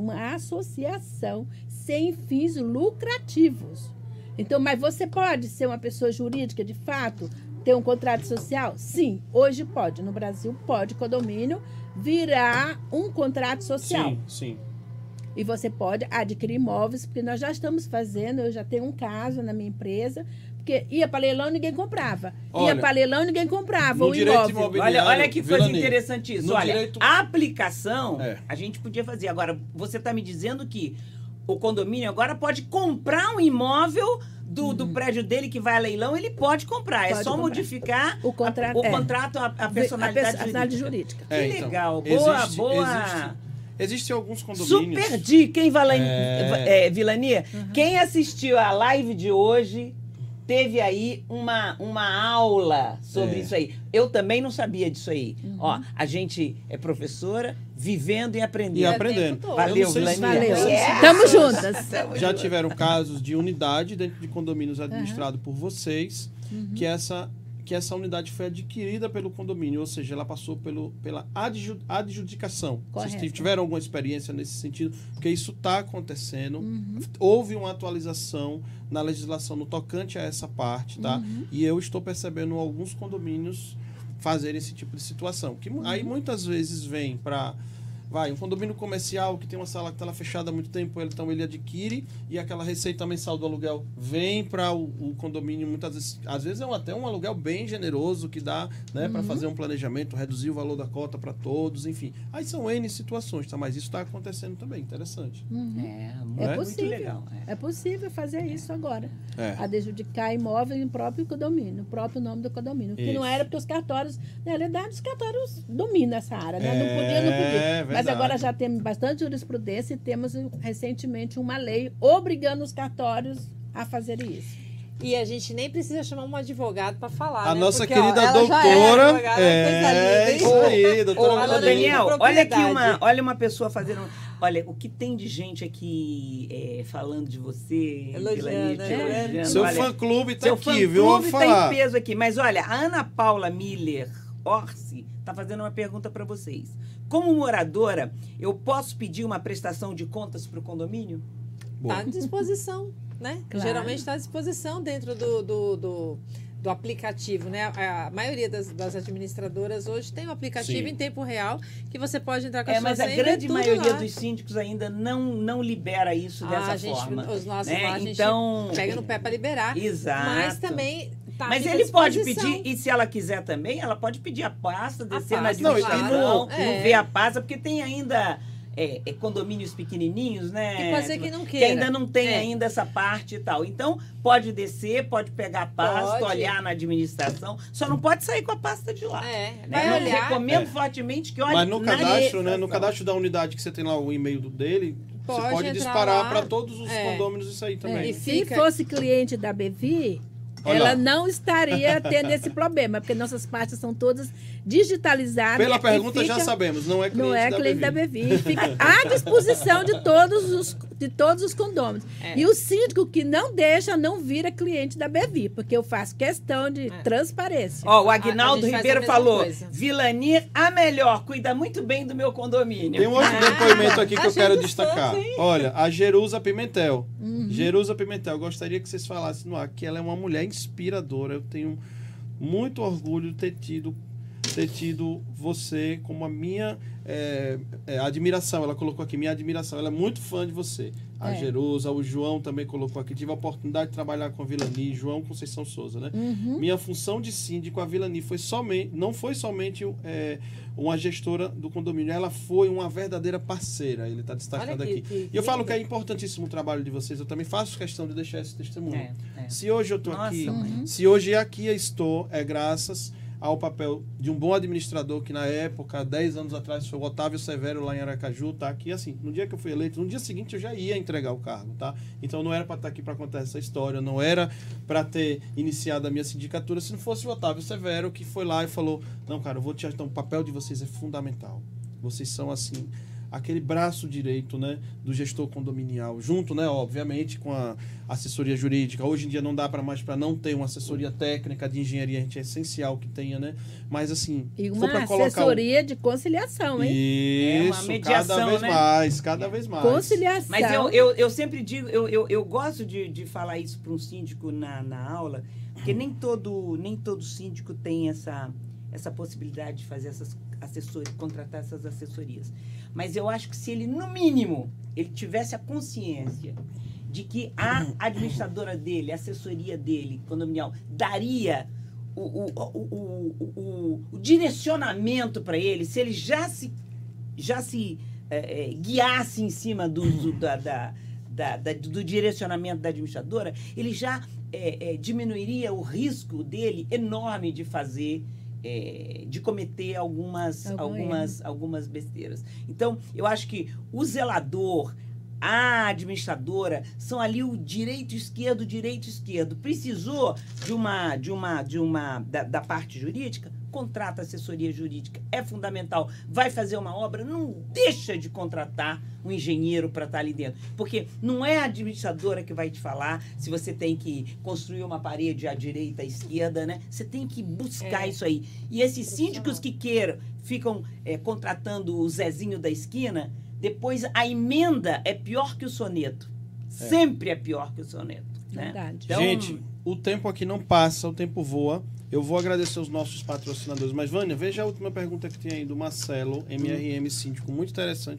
sem fins lucrativos. Então, mas você pode ser uma pessoa jurídica, de fato, ter um contrato social? Sim, hoje pode. No Brasil, pode condomínio virar um contrato social. Sim, sim. E você pode adquirir imóveis, porque nós já estamos fazendo, eu já tenho um caso na minha empresa, porque ia para leilão e ninguém comprava. Olha, Ia para leilão e ninguém comprava no o direito imóvel. imobiliário, Olha que coisa Vilani, interessante isso. no Olha, direito- a aplicação É. a gente podia fazer. Agora, você está me dizendo que o condomínio agora pode comprar um imóvel do prédio dele que vai a leilão, ele pode comprar. É Pode só comprar. modificar O contrato, a personalidade personalidade jurídica. jurídica. Que então, legal. existe- Boa. Existem alguns condomínios. Super dica, hein, Vilani? Quem assistiu a live de hoje teve aí uma aula sobre É. isso aí. Eu também não sabia disso aí. Ó, a gente é professora, vivendo e aprendendo. E aprendendo. todo. Valeu, Eu não sei se- Vilani. Valeu. Yes! Tamo juntas. Já tiveram casos de unidade dentro de condomínios administrados por vocês, que essa unidade foi adquirida pelo condomínio, ou seja, ela passou pela adjudicação. Vocês Correto. tiveram alguma experiência nesse sentido? Porque isso está acontecendo. Houve uma atualização na legislação no tocante a essa parte, tá? E eu estou percebendo alguns condomínios fazerem esse tipo de situação. Que aí muitas vezes vem para um condomínio comercial que tem uma sala que está lá fechada há muito tempo, então ele adquire e aquela receita mensal do aluguel vem para o condomínio, muitas vezes, às vezes é até um aluguel bem generoso que dá, né, para fazer um planejamento, reduzir o valor da cota para todos, enfim. Aí são N situações, tá? Mas isso está acontecendo também, interessante. É, É muito possível. legal. É possível fazer isso agora. É. Adjudicar imóvel em próprio condomínio, no próprio nome do condomínio. Que não Isso. era porque os cartórios, na realidade, os cartórios dominam essa área, né? Não É, podia. Mas verdade. agora já temos bastante jurisprudência e temos recentemente uma lei obrigando os cartórios a fazer isso. E a gente nem precisa chamar um advogado para falar, A né? nossa Porque, querida ela já doutora. advogada, coisa linda, hein? Isso aí, doutora Ô, Falando Vilani. de Daniel, olha aqui propriedade. olha uma pessoa fazendo. Olha, o que tem de gente aqui falando de você, Elogiando, Vilani, te né? elogiando. Seu Olha, fã-clube tá seu aqui, fã-clube viu? Vamos tá falar. em peso aqui. Mas olha, a Ana Paula Miller Orsi tá fazendo uma pergunta para vocês. Como moradora, eu posso pedir uma prestação de contas para o condomínio? Boa. Está à disposição, né? Claro. Geralmente está à disposição dentro do aplicativo, né? A maioria das administradoras hoje tem um aplicativo Sim. em tempo real que você pode entrar com a sua Mas a senha, grande tudo maioria lá. dos síndicos ainda não libera isso dessa a gente, forma. os nossos né? lá, a gente Então, pega no pé para liberar. Exato. Mas também tá Mas aqui à ele pode disposição. pedir, e se ela quiser também, ela pode pedir a pasta, descer na pasta, Não, e administração, claro. ver a pasta, porque tem ainda condomínios pequenininhos, né? Que pode ser que não Que queira. ainda não tem É. ainda essa parte e tal. Então, pode descer, pode pegar a pasta, Pode. olhar na administração, só não pode sair com a pasta de lá. É, Né? vai Eu olhar. recomendo fortemente que olhe Mas no na cadastro, né? No administração. cadastro da unidade que você tem lá o e-mail dele, você Pode pode entrar disparar lá. para todos os É. condôminos isso aí também. E Se fica- fosse cliente da Bevi, Olha ela lá. não estaria tendo esse problema, porque nossas pastas são todas digitalizadas. Pela e pergunta já fica- sabemos, não é cliente Não é da cliente da Bevi. Bevi. Fica à disposição de todos os condôminos. É. E o síndico que não deixa não vira cliente da Bevi, porque eu faço questão de transparência. Ó, o A Agnaldo gente faz a Ribeiro mesma falou: coisa. Vilani, a melhor, cuida muito bem do meu condomínio. Tem um outro depoimento aqui que eu achei quero gostoso, destacar. hein? Olha, a Jerusa Pimentel. Jerusa Pimentel, gostaria que vocês falassem no ar que ela é uma mulher inspiradora. Eu tenho muito orgulho de ter tido você como a minha admiração. Ela colocou aqui, minha admiração. Ela é muito fã de você. a Jerusa, o João também colocou aqui. Tive a oportunidade de trabalhar com a Vilani, João Conceição Souza, né? Minha função de síndico, a Vilani, não foi somente uma gestora do condomínio, ela foi uma verdadeira parceira, ele está destacando aqui. E eu falo que é importantíssimo o trabalho de vocês, eu também faço questão de deixar esse testemunho. Se hoje eu estou aqui, se hoje aqui eu estou, é graças ao papel de um bom administrador que na época, 10 anos atrás, foi o Otávio Severo lá em Aracaju, tá? Que assim, no dia que eu fui eleito, no dia seguinte eu já ia entregar o cargo, tá? Então não era para estar aqui para contar essa história, não era para ter iniciado a minha sindicatura se não fosse o Otávio Severo que foi lá e falou: "Não, cara, eu vou te ajudar, o papel de vocês é fundamental. Vocês são assim aquele braço direito, né, do gestor condominial, junto, né, obviamente, com a assessoria jurídica. Hoje em dia não dá para mais para não ter uma assessoria técnica de engenharia, a gente é essencial que tenha, né? Mas assim, e uma assessoria de conciliação, hein? Isso, uma mediação, cada vez né? mais, cada vez mais. Conciliação. Mas eu sempre digo, eu gosto de falar isso para um síndico na aula, porque nem todo síndico tem essa possibilidade de fazer contratar essas assessorias. Mas eu acho que se ele, no mínimo, ele tivesse a consciência de que a administradora dele, a assessoria dele, condominial, daria o direcionamento para ele, se ele já se guiasse em cima do direcionamento da administradora, ele já diminuiria o risco dele enorme de fazer, de cometer algumas besteiras. Então, eu acho que o zelador, a administradora, são ali o direito esquerdo. Precisou da parte jurídica, contrata assessoria jurídica, é fundamental. Vai fazer uma obra, não deixa de contratar um engenheiro para estar ali dentro. Porque não é a administradora que vai te falar se você tem que construir uma parede à direita, à esquerda, né? Você tem que buscar isso aí. E esses síndicos que ficam contratando o Zezinho da esquina, depois a emenda é pior que o soneto. Sempre é pior que o soneto. Né? Verdade. Então, gente, o tempo aqui não passa, o tempo voa. Eu vou agradecer os nossos patrocinadores. Mas, Vânia, veja a última pergunta que tem aí do Marcelo, MRM Síndico. Muito interessante,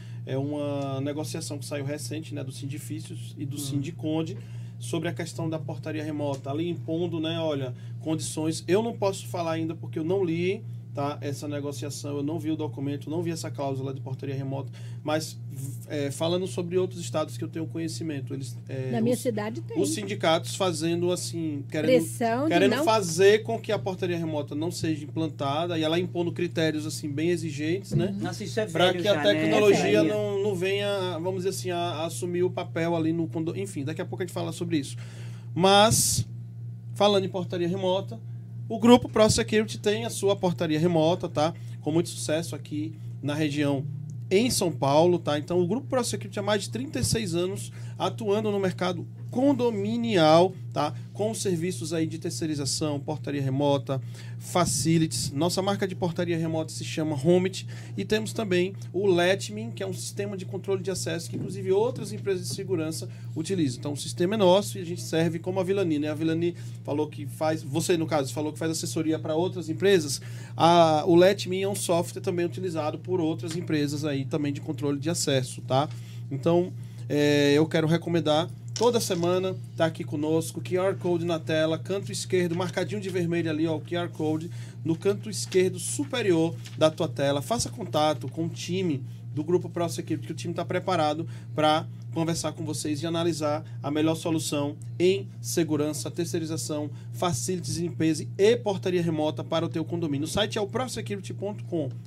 uma negociação que saiu recente, né, do Sindifícios e do Sindiconde, sobre a questão da portaria remota. Ali impondo, né, olha, condições. Eu não posso falar ainda porque eu não li, tá, essa negociação, eu não vi o documento, não vi essa cláusula de portaria remota, mas falando sobre outros estados que eu tenho conhecimento, eles na minha cidade tem. Os sindicatos fazendo assim, querendo fazer com que a portaria remota não seja implantada e ela impondo critérios assim bem exigentes, né? Nossa, isso é velho para que já, a tecnologia né? não venha, vamos dizer assim, a assumir o papel ali no enfim, daqui a pouco a gente fala sobre isso. Mas falando em portaria remota, o grupo ProSecurity tem a sua portaria remota, tá? Com muito sucesso aqui na região em São Paulo, tá? Então, o grupo ProSecurity há mais de 36 anos atuando no mercado condominial, tá? Com serviços aí de terceirização, portaria remota, facilities. Nossa marca de portaria remota se chama Homit e temos também o Letme, que é um sistema de controle de acesso que inclusive outras empresas de segurança utilizam. Então o sistema é nosso e a gente serve como a Vilani, né? A Vilani falou que faz, você no caso falou que faz assessoria para outras empresas. O Letme é um software também utilizado por outras empresas aí também de controle de acesso, tá? Então eu quero recomendar. Toda semana tá aqui conosco, QR Code na tela, canto esquerdo, marcadinho de vermelho ali, ó, o QR Code, no canto esquerdo superior da tua tela. Faça contato com o time do Grupo ProSecurity, que o time está preparado para conversar com vocês e analisar a melhor solução em segurança, terceirização, facilities de limpeza e portaria remota para o teu condomínio. O site é o prosecurity.com.br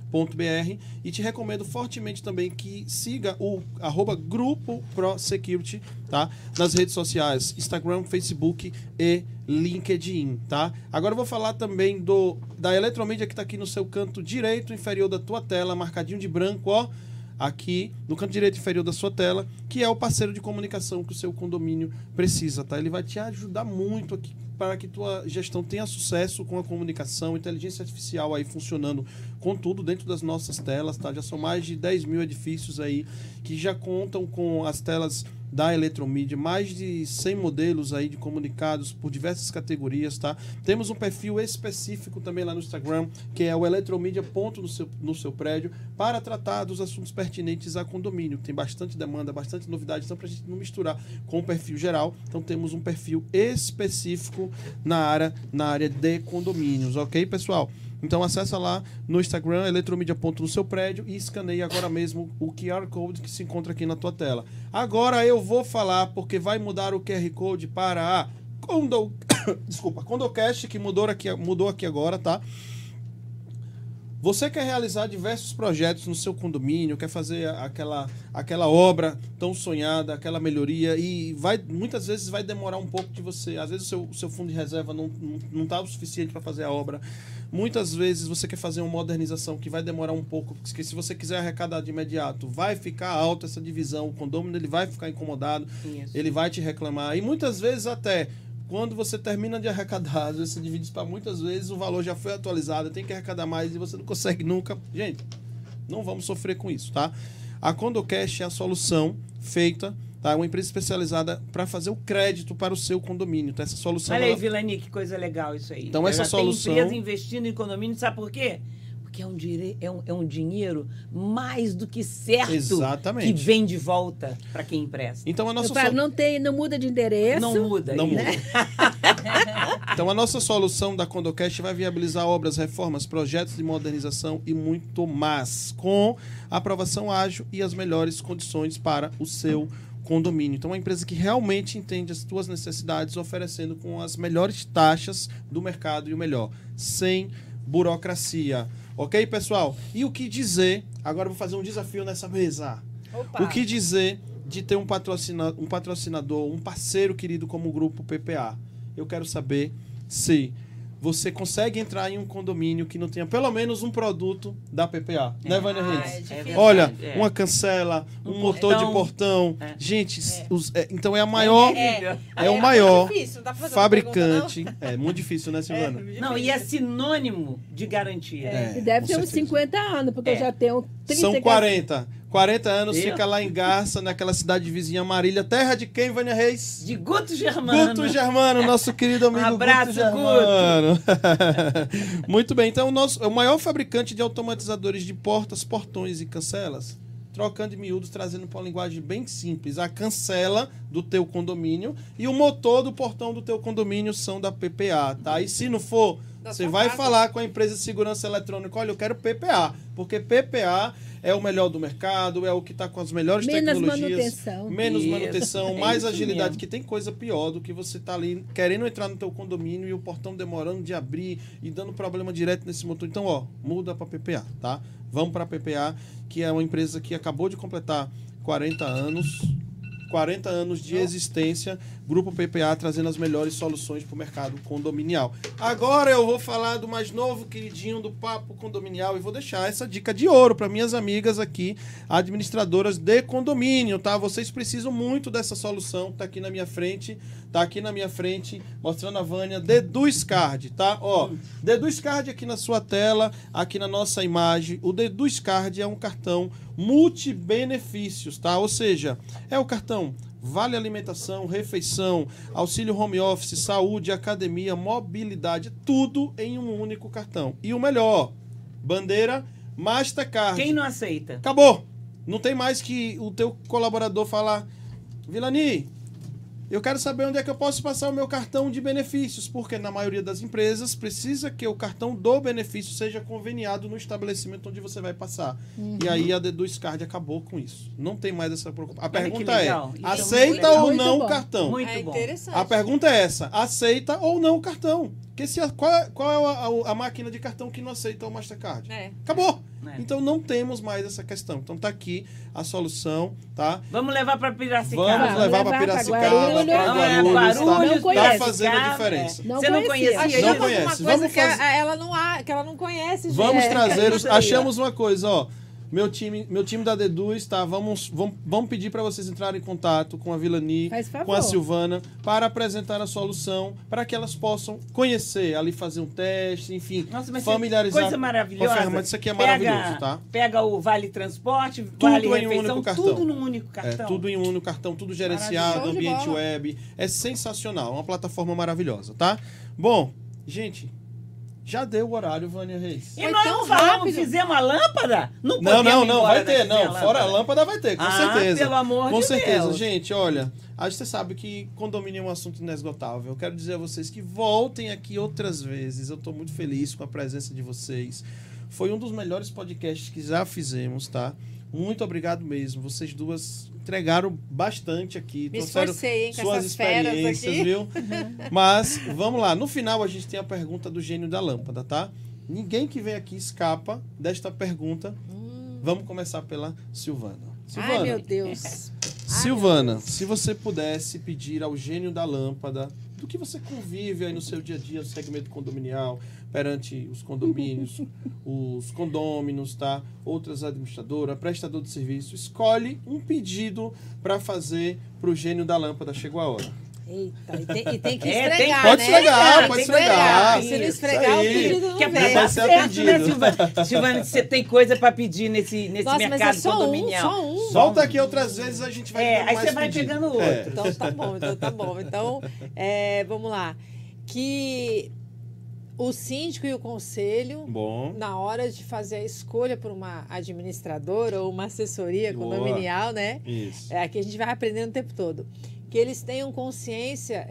e te recomendo fortemente também que siga o @Grupo ProSecurity, tá? Nas redes sociais, Instagram, Facebook e LinkedIn, tá? Agora eu vou falar também da Eletromídia, que está aqui no seu canto direito inferior da tua tela, marcadinho de branco, ó, aqui no canto direito inferior da sua tela, que é o parceiro de comunicação que o seu condomínio precisa, tá? Ele vai te ajudar muito aqui para que tua gestão tenha sucesso com a comunicação, inteligência artificial aí funcionando com tudo dentro das nossas telas, tá? Já são mais de 10 mil edifícios aí que já contam com as telas da Eletromídia, mais de 100 modelos aí de comunicados por diversas categorias, tá? Temos um perfil específico também lá no Instagram, que é o Eletromídia ponto no seu prédio, para tratar dos assuntos pertinentes a condomínio. Tem bastante demanda, bastante novidade, então para a gente não misturar com o perfil geral, então temos um perfil específico na área de condomínios, ok, pessoal? Então acessa lá no Instagram, Eletromídia ponto no seu prédio, e escaneie agora mesmo o QR Code que se encontra aqui na tua tela. Agora eu vou falar, porque vai mudar o QR Code para a Condocast, que mudou aqui agora, tá? Você quer realizar diversos projetos no seu condomínio, quer fazer aquela obra tão sonhada, aquela melhoria, e muitas vezes vai demorar um pouco de você. Às vezes o seu fundo de reserva não está o suficiente para fazer a obra. Muitas vezes você quer fazer uma modernização que vai demorar um pouco, porque se você quiser arrecadar de imediato, vai ficar alta essa divisão, o condomínio ele vai ficar incomodado, ele vai te reclamar. E muitas vezes até... Quando você termina de arrecadar, você divide isso para muitas vezes, o valor já foi atualizado, tem que arrecadar mais e você não consegue nunca. Gente, não vamos sofrer com isso, tá? A Condocast é a solução feita, tá? É uma empresa especializada para fazer o crédito para o seu condomínio. Então, essa solução... Olha aí, Vilani, que coisa legal isso aí. Então, essa solução... Tem empresa investindo em condomínio, sabe por quê? Porque é um dinheiro mais do que certo. Exatamente. Que vem de volta para quem empresta. Então, a nossa não muda de endereço. Não muda. Não muda. Né? Então, a nossa solução da Condocast vai viabilizar obras, reformas, projetos de modernização e muito mais, com aprovação ágil e as melhores condições para o seu condomínio. Então, é uma empresa que realmente entende as suas necessidades, oferecendo com as melhores taxas do mercado e o melhor, sem burocracia. Ok, pessoal? E o que dizer... Agora eu vou fazer um desafio nessa mesa. Opa. O que dizer de ter um patrocinador, um parceiro querido como o Grupo PPA? Eu quero saber se você consegue entrar em um condomínio que não tenha pelo menos um produto da PPA. Né, Vânia Reis? difícil. Olha, uma cancela, um motor de portão. Gente, então é a maior... É o maior difícil, não dá pra fazer fabricante. É muito difícil, né, Silvana? Não, e é sinônimo de garantia. E deve com ter uns certeza. 50 anos, porque eu já tenho 30. São 40. 40 anos, Eu? fica lá em Garça, naquela cidade vizinha Marília. Terra de quem, Vânia Reis? De Guto Germano. Guto Germano, nosso querido amigo abraço, Guto Germano. Muito bem, então o maior fabricante de automatizadores de portas, portões e cancelas, trocando de miúdos, trazendo para uma linguagem bem simples. A cancela do teu condomínio e o motor do portão do teu condomínio são da PPA, tá? E se não for, você vai falar com a empresa de segurança eletrônica, olha, eu quero PPA, porque PPA é o melhor do mercado, é o que está com as melhores tecnologias. Menos manutenção, mais isso agilidade, mesmo. que tem coisa pior do que você tá ali querendo entrar no teu condomínio e o portão demorando de abrir e dando problema direto nesse motor. Então, ó, muda para PPA, tá? Vamos para a PPA, que é uma empresa que acabou de completar 40 anos de existência, Grupo PPA trazendo as melhores soluções para o mercado condominial. Agora eu vou falar do mais novo queridinho do Papo Condominial e vou deixar essa dica de ouro para minhas amigas aqui, administradoras de condomínio, tá? Vocês precisam muito dessa solução, tá aqui na minha frente, mostrando a Vânia, Deduz Card, tá? Ó, Deduz Card aqui na sua tela, aqui na nossa imagem. O Deduz Card é um cartão multibenefícios, tá? Ou seja, é o cartão vale alimentação, refeição, auxílio home office, saúde, academia, mobilidade, tudo em um único cartão. E o melhor, bandeira Mastercard. Quem não aceita? Acabou. Não tem mais que o teu colaborador falar, Vilani, eu quero saber onde é que eu posso passar o meu cartão de benefícios, porque na maioria das empresas precisa que o cartão do benefício seja conveniado no estabelecimento onde você vai passar. E aí a Deduz Card acabou com isso. Não tem mais essa preocupação. A pergunta é, legal. Isso aceita é muito ou legal. não Muito o bom. cartão? Muito bom. interessante. A pergunta é essa, aceita ou não o cartão? Porque qual é a máquina de cartão que não aceita o Mastercard? Acabou! Então não temos mais essa questão. Então tá aqui a solução, tá? Vamos levar para Piracicaba. Vamos levar para Piracicaba, para Guarulhos, Guarulhos, tá? tá fazendo a diferença. Não Você não conhecia. conhecia Não isso? conhece. Uma coisa Vamos que fazer- ela não conhece, gente. Vamos trazer, isso aí, achamos uma coisa, ó. Meu time da Deduz, tá? Vamos pedir para vocês entrarem em contato com a Vilani, Faz favor. com a Silvana, para apresentar a solução, para que elas possam conhecer, ali fazer um teste, enfim, Nossa, mas familiarizar coisa com a maravilhosa. ferramenta. Isso aqui é maravilhoso, tá? Pega o Vale Transporte, Tudo Vale em um Refeição, único cartão. tudo num único É, cartão. tudo em um único cartão, tudo gerenciado, Show de ambiente bola. web. É sensacional, uma plataforma maravilhosa, tá? Bom, gente, já deu o horário, Vânia Reis. E Foi nós tão não falamos, rápido. fizemos a lâmpada? Não, podemos ir embora vai ter, daqui sem não. Fora a lâmpada vai ter, com Ah, certeza. pelo amor com de certeza, Deus. gente, olha, acho que você sabe que condomínio é um assunto inesgotável. Eu quero dizer a vocês que voltem aqui outras vezes. Eu tô muito feliz com a presença de vocês. Foi um dos melhores podcasts que já fizemos, tá? Muito obrigado mesmo. Vocês duas entregaram bastante aqui. Me trouxeram esforcei, hein, com suas essas feras experiências, aqui. viu? Mas, vamos lá. No final, a gente tem a pergunta do gênio da lâmpada, tá? Ninguém que vem aqui escapa desta pergunta. Vamos começar pela Silvana. Silvana, Ai, meu Deus. Silvana, se você pudesse pedir ao gênio da lâmpada do que você convive aí no seu dia a dia, no segmento condominial, perante os condomínios, os condôminos, tá? Outras administradoras, prestador de serviço, escolhe um pedido para fazer para o gênio da lâmpada. Chegou a hora. Eita, e tem que É, esfregar, Pode né? esfregar, Tem pode que esfregar. esfregar. Se não Isso esfregar, o aí. pedido não Que é pra vem. dar Vai ser certo, né, atendido. Silvana? Silvana, você tem coisa pra pedir nesse Nossa, mas mercado é só condominial. só um. Volta aqui outras vezes, a gente vai dando Aí mais você vai pedido. pegando outro. É. Então tá bom, Então, vamos lá. Que o síndico e o conselho, Bom. na hora de fazer a escolha por uma administradora ou uma assessoria Boa. condominial, né? Isso. Aqui a gente vai aprendendo o tempo todo. Que eles tenham consciência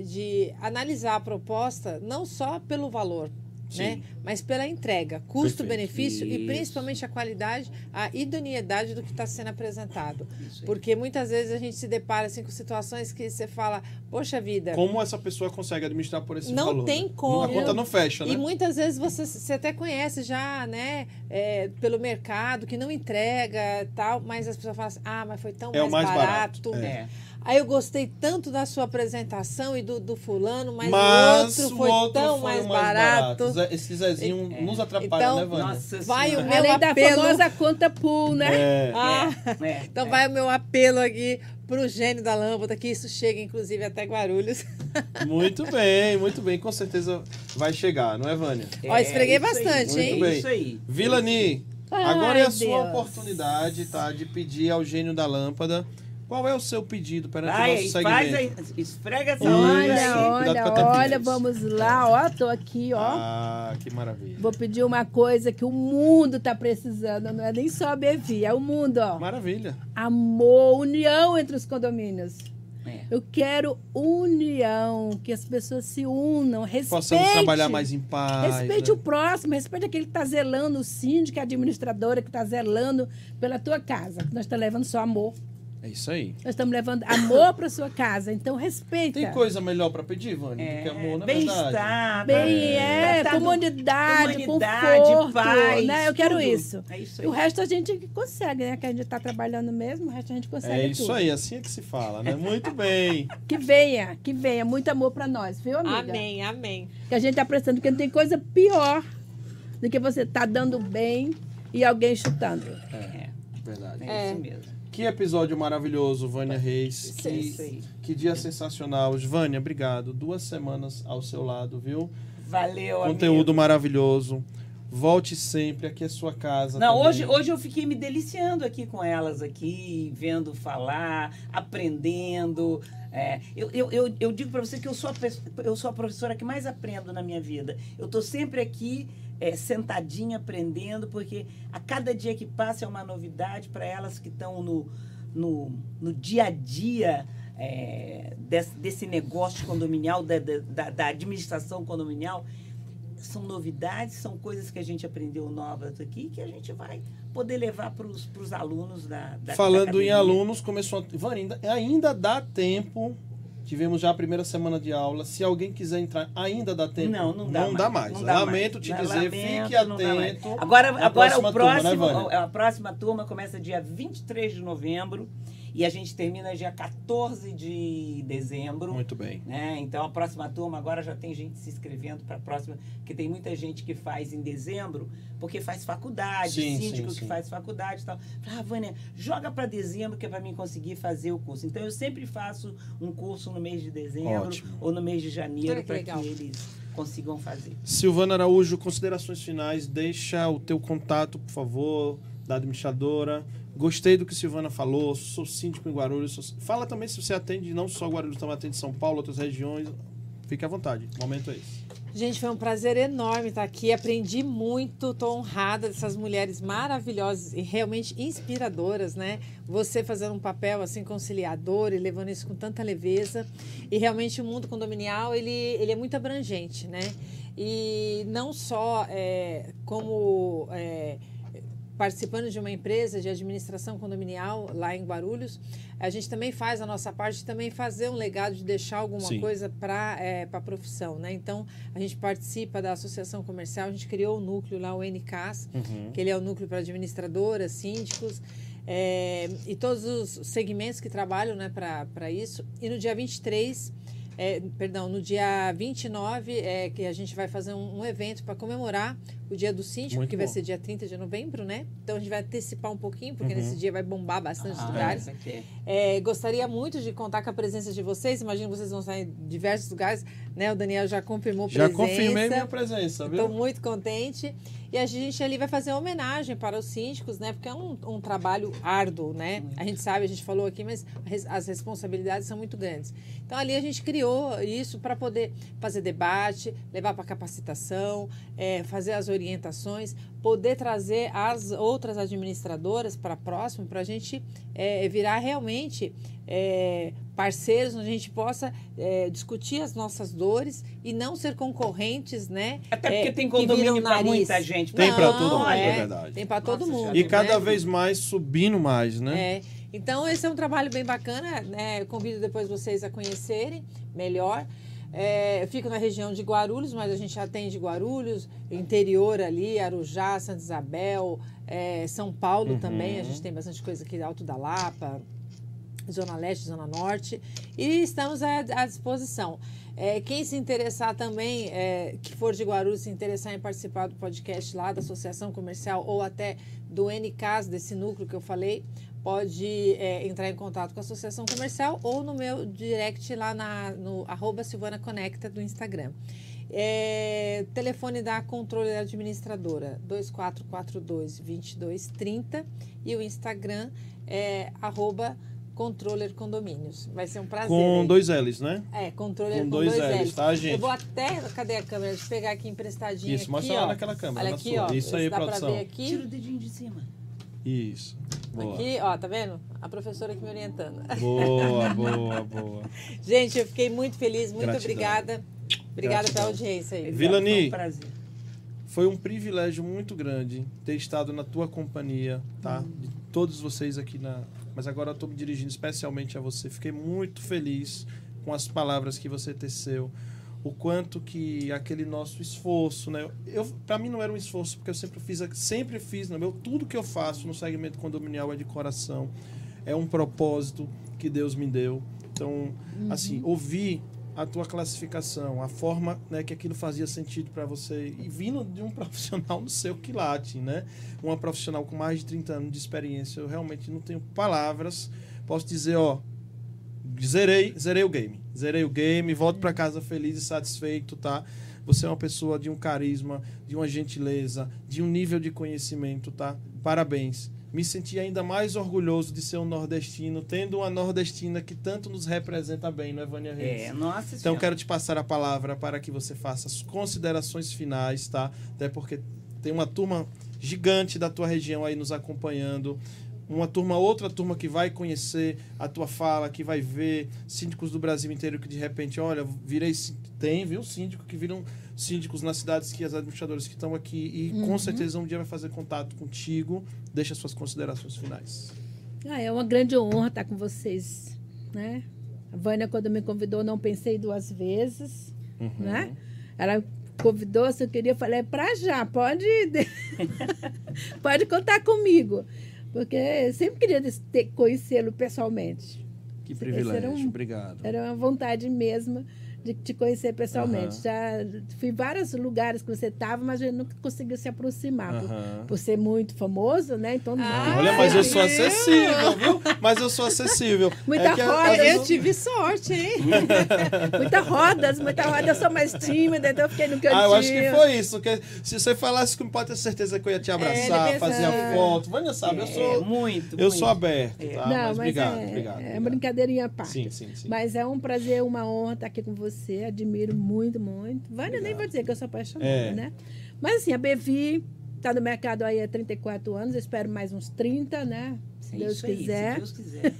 de analisar a proposta não só pelo valor, né? Sim. Mas pela entrega, custo-benefício e Isso. principalmente a qualidade, a idoneidade do que está sendo apresentado. Isso aí. Porque muitas vezes a gente se depara assim, com situações que você fala, poxa vida, Como essa pessoa consegue administrar por esse Não valor? tem né? como. A conta não fecha, né? e muitas vezes você até conhece já, né, pelo mercado, que não entrega tal, mas as pessoas falam assim, mas foi tão É o mais barato. barato, É. Aí eu gostei tanto da sua apresentação e do fulano, mas o outro o foi outro tão foi mais o barato. Esse Zezinho nos atrapalha, Então, né, Vânia? Nossa Vai o Senhora. meu Além da apelo. famosa conta pool, né? É. Então vai o meu apelo aqui pro gênio da lâmpada, que isso chega inclusive até Guarulhos. Muito bem. Com certeza vai chegar, não é, Vânia? Ó, esfreguei isso aí, bastante, hein? Muito bem. Isso aí. Vilani, Ai, agora é a sua Deus. oportunidade, tá? De pedir ao gênio da lâmpada. Qual é o seu pedido perante o Vai, nosso segmento? faz aí, esfrega essa Isso. lâmpada aí. Cuidado com a Olha, tampinha. vamos lá, ó, tô aqui, ó. Ah, que maravilha. Vou pedir uma coisa que o mundo tá precisando, não é nem só a Bevi, é o mundo, ó. Maravilha. Amor, união entre os condomínios. É. Eu quero união, que as pessoas se unam, respeite. Possamos trabalhar mais em paz. Respeite né? o próximo, respeite aquele que está zelando, o síndico, a administradora que está zelando pela tua casa. Nós estamos levando só amor. É isso aí. Nós estamos levando amor para sua casa. Então, respeita. Tem coisa melhor pra pedir, Vânia, do que amor, na verdade. Bem-estar. Bem, Tratado- comunidade, comunidade, conforto, paz, né? Eu quero tudo. isso. É isso E aí. o resto a gente consegue, né? Que a gente está trabalhando mesmo, o resto a gente consegue É isso tudo. aí, assim é que se fala, né? Muito bem. Que venha. Muito amor para nós, viu, amiga? Amém, amém. Que a gente está prestando, porque não tem coisa pior do que você tá dando bem e alguém chutando. Verdade. É isso mesmo. Que episódio maravilhoso, Vânia Reis. É isso aí. Que dia sensacional. Vânia, obrigado. 2 semanas ao seu lado, viu? Valeu, Conteúdo amigo. maravilhoso. Volte sempre, aqui é sua casa. Não, também. hoje eu fiquei me deliciando aqui com elas aqui, vendo falar, aprendendo. Eu digo para você que eu sou a professora que mais aprendo na minha vida. Eu estou sempre aqui sentadinha aprendendo, porque a cada dia que passa é uma novidade para elas que estão no dia a dia desse negócio condominial, da administração condominial. São novidades, são coisas que a gente aprendeu novas aqui, que a gente vai poder levar para os alunos da Falando em academia. alunos, começou a... Vânia, ainda dá tempo Tivemos já a primeira semana de aula. Se alguém quiser entrar, ainda dá tempo? Não dá mais. Não dá Lamento mais. te dizer, Lamento, fique não dá mais. atento. Agora à próxima o próximo, turma, né, Vânia? a próxima turma começa dia 23 de novembro e a gente termina dia 14 de dezembro. Muito bem. Né? Então a próxima turma agora já tem gente se inscrevendo para a próxima, porque tem muita gente que faz em dezembro, porque faz faculdade, síndico que faz faculdade e tal. Fala, Vânia, joga para dezembro que é para mim conseguir fazer o curso. Então eu sempre faço um curso no mês de dezembro ou no mês de janeiro para que eles consigam fazer. Silvana Araújo, considerações finais, deixa o teu contato, por favor, da administradora. Gostei do que Silvana falou, sou síndico em Guarulhos. Fala também se você atende não só Guarulhos, também atende São Paulo, outras regiões. Fique à vontade, o momento é esse. Gente, foi um prazer enorme estar aqui, aprendi muito, estou honrada dessas mulheres maravilhosas e realmente inspiradoras, né? Você fazendo um papel assim conciliador e levando isso com tanta leveza. E realmente o mundo condominial, ele é muito abrangente, né? E não só como participando de uma empresa de administração condominial lá em Guarulhos, a gente também faz a nossa parte de também fazer um legado, de deixar alguma coisa para a profissão, né? Então, a gente participa da associação comercial, a gente criou o núcleo lá, o NCAS, que ele é o núcleo para administradoras, síndicos, e todos os segmentos que trabalham, né, para isso. E no dia 23... no dia 29, que a gente vai fazer um evento para comemorar o Dia do Síndico, que vai ser dia 30 de novembro, né? Então, a gente vai antecipar um pouquinho, porque nesse dia vai bombar bastante lugares. Gostaria muito de contar com a presença de vocês. Imagino que vocês vão estar em diversos lugares, né? O Daniel já confirmou presença. Já confirmei minha presença, viu? Estou muito contente. E a gente ali vai fazer uma homenagem para os síndicos, né? Porque é um trabalho árduo, né? A gente sabe, a gente falou aqui, mas as responsabilidades são muito grandes. Então, ali a gente criou isso para poder fazer debate, levar para capacitação, fazer as orientações, poder trazer as outras administradoras para próximo, para a gente virar realmente parceiros, onde a gente possa discutir as nossas dores e não ser concorrentes, né? Até porque tem condomínio para muita gente. Tem para todo mundo, é verdade. Tem para todo mundo. E cada vez mais subindo mais, né? Então, esse é um trabalho bem bacana, né? Eu convido depois vocês a conhecerem melhor. Eu fico na região de Guarulhos, mas a gente atende Guarulhos, interior ali, Arujá, Santa Isabel, São Paulo também. A gente tem bastante coisa aqui, Alto da Lapa, Zona Leste, Zona Norte. E estamos à disposição. Quem se interessar também, que for de Guarulhos, se interessar em participar do podcast lá da Associação Comercial ou até do NCAS, desse núcleo que eu falei, pode entrar em contato com a Associação Comercial ou no meu direct lá no @SilvanaConecta do Instagram. Telefone da Controle Administradora 2442-2230 e o Instagram é @Controller Condomínios. Vai ser um prazer. Com 2 L's, né? Controller com 2 L's, tá, gente? Eu vou até... Cadê a câmera? Deixa eu pegar aqui emprestadinha. Isso, mostra lá naquela câmera. Olha aqui, ó. Isso aí, dá produção. Pra ver aqui. Tira o dedinho de cima. Isso. Boa. Aqui, ó, tá vendo? A professora aqui me orientando. Boa. Gente, eu fiquei muito feliz, muito Gratidão. obrigada. Obrigada pela audiência aí. Vilani, Foi um prazer. Foi um privilégio muito grande ter estado na tua companhia, tá? De todos vocês aqui Mas agora eu estou me dirigindo especialmente a você. Fiquei muito feliz com as palavras que você teceu. O quanto que aquele nosso esforço, né? Para mim não era um esforço, porque eu sempre fiz, né? Tudo que eu faço no segmento condominial é de coração. É um propósito que Deus me deu. Então, assim, ouvir a tua classificação, a forma, né, que aquilo fazia sentido para você, e vindo de um profissional do seu quilate, né? Uma profissional com mais de 30 anos de experiência, eu realmente não tenho palavras. Posso dizer, zerei o game, volto para casa feliz e satisfeito, tá? Você é uma pessoa de um carisma, de uma gentileza, de um nível de conhecimento, tá? Parabéns. Me senti ainda mais orgulhoso de ser um nordestino, tendo uma nordestina que tanto nos representa bem, não é, Vânia Reis? Nossa Então, senhora. quero te passar a palavra para que você faça as considerações finais, tá? Até porque tem uma turma gigante da tua região aí nos acompanhando. Outra turma que vai conhecer a tua fala, que vai ver síndicos do Brasil inteiro que de repente, olha, viu síndicos que viram síndicos nas cidades que as administradoras que estão aqui e com certeza um dia vai fazer contato contigo. Deixa suas considerações finais. É uma grande honra estar com vocês, né? A Vânia, quando me convidou, não pensei 2 vezes, Uhum. né? Ela convidou, se eu queria, eu falei, pra já, pode pode contar comigo. Porque eu sempre queria conhecê-lo pessoalmente. Que Esse privilégio, era obrigado. Era uma vontade mesmo de te conhecer pessoalmente. Aham. Já fui em vários lugares que você estava, mas a gente nunca conseguiu se aproximar. Aham. Por ser muito famoso, né? Então, Olha, mas eu viu? sou acessível, viu? Mas eu sou acessível. Muita que, roda, às vezes, Eu tive sorte, hein? muita roda, eu sou mais tímida, então eu fiquei no cantinho. eu acho que foi isso. Que se você falasse comigo, pode ter certeza que eu ia te abraçar, ele fazer a pensava. foto. Vânia sabe, eu sou Muito. aberto, tá? Não, mas obrigado, é obrigado. brincadeirinha à parte. Sim, sim, sim. Mas é um prazer, uma honra estar aqui com você. Admiro muito, muito. Vânia, nem vou dizer que eu sou apaixonada, É. né? Mas assim, a Bevi está no mercado aí há 34 anos, eu espero mais uns 30, né? Se Deus quiser. Se Deus quiser.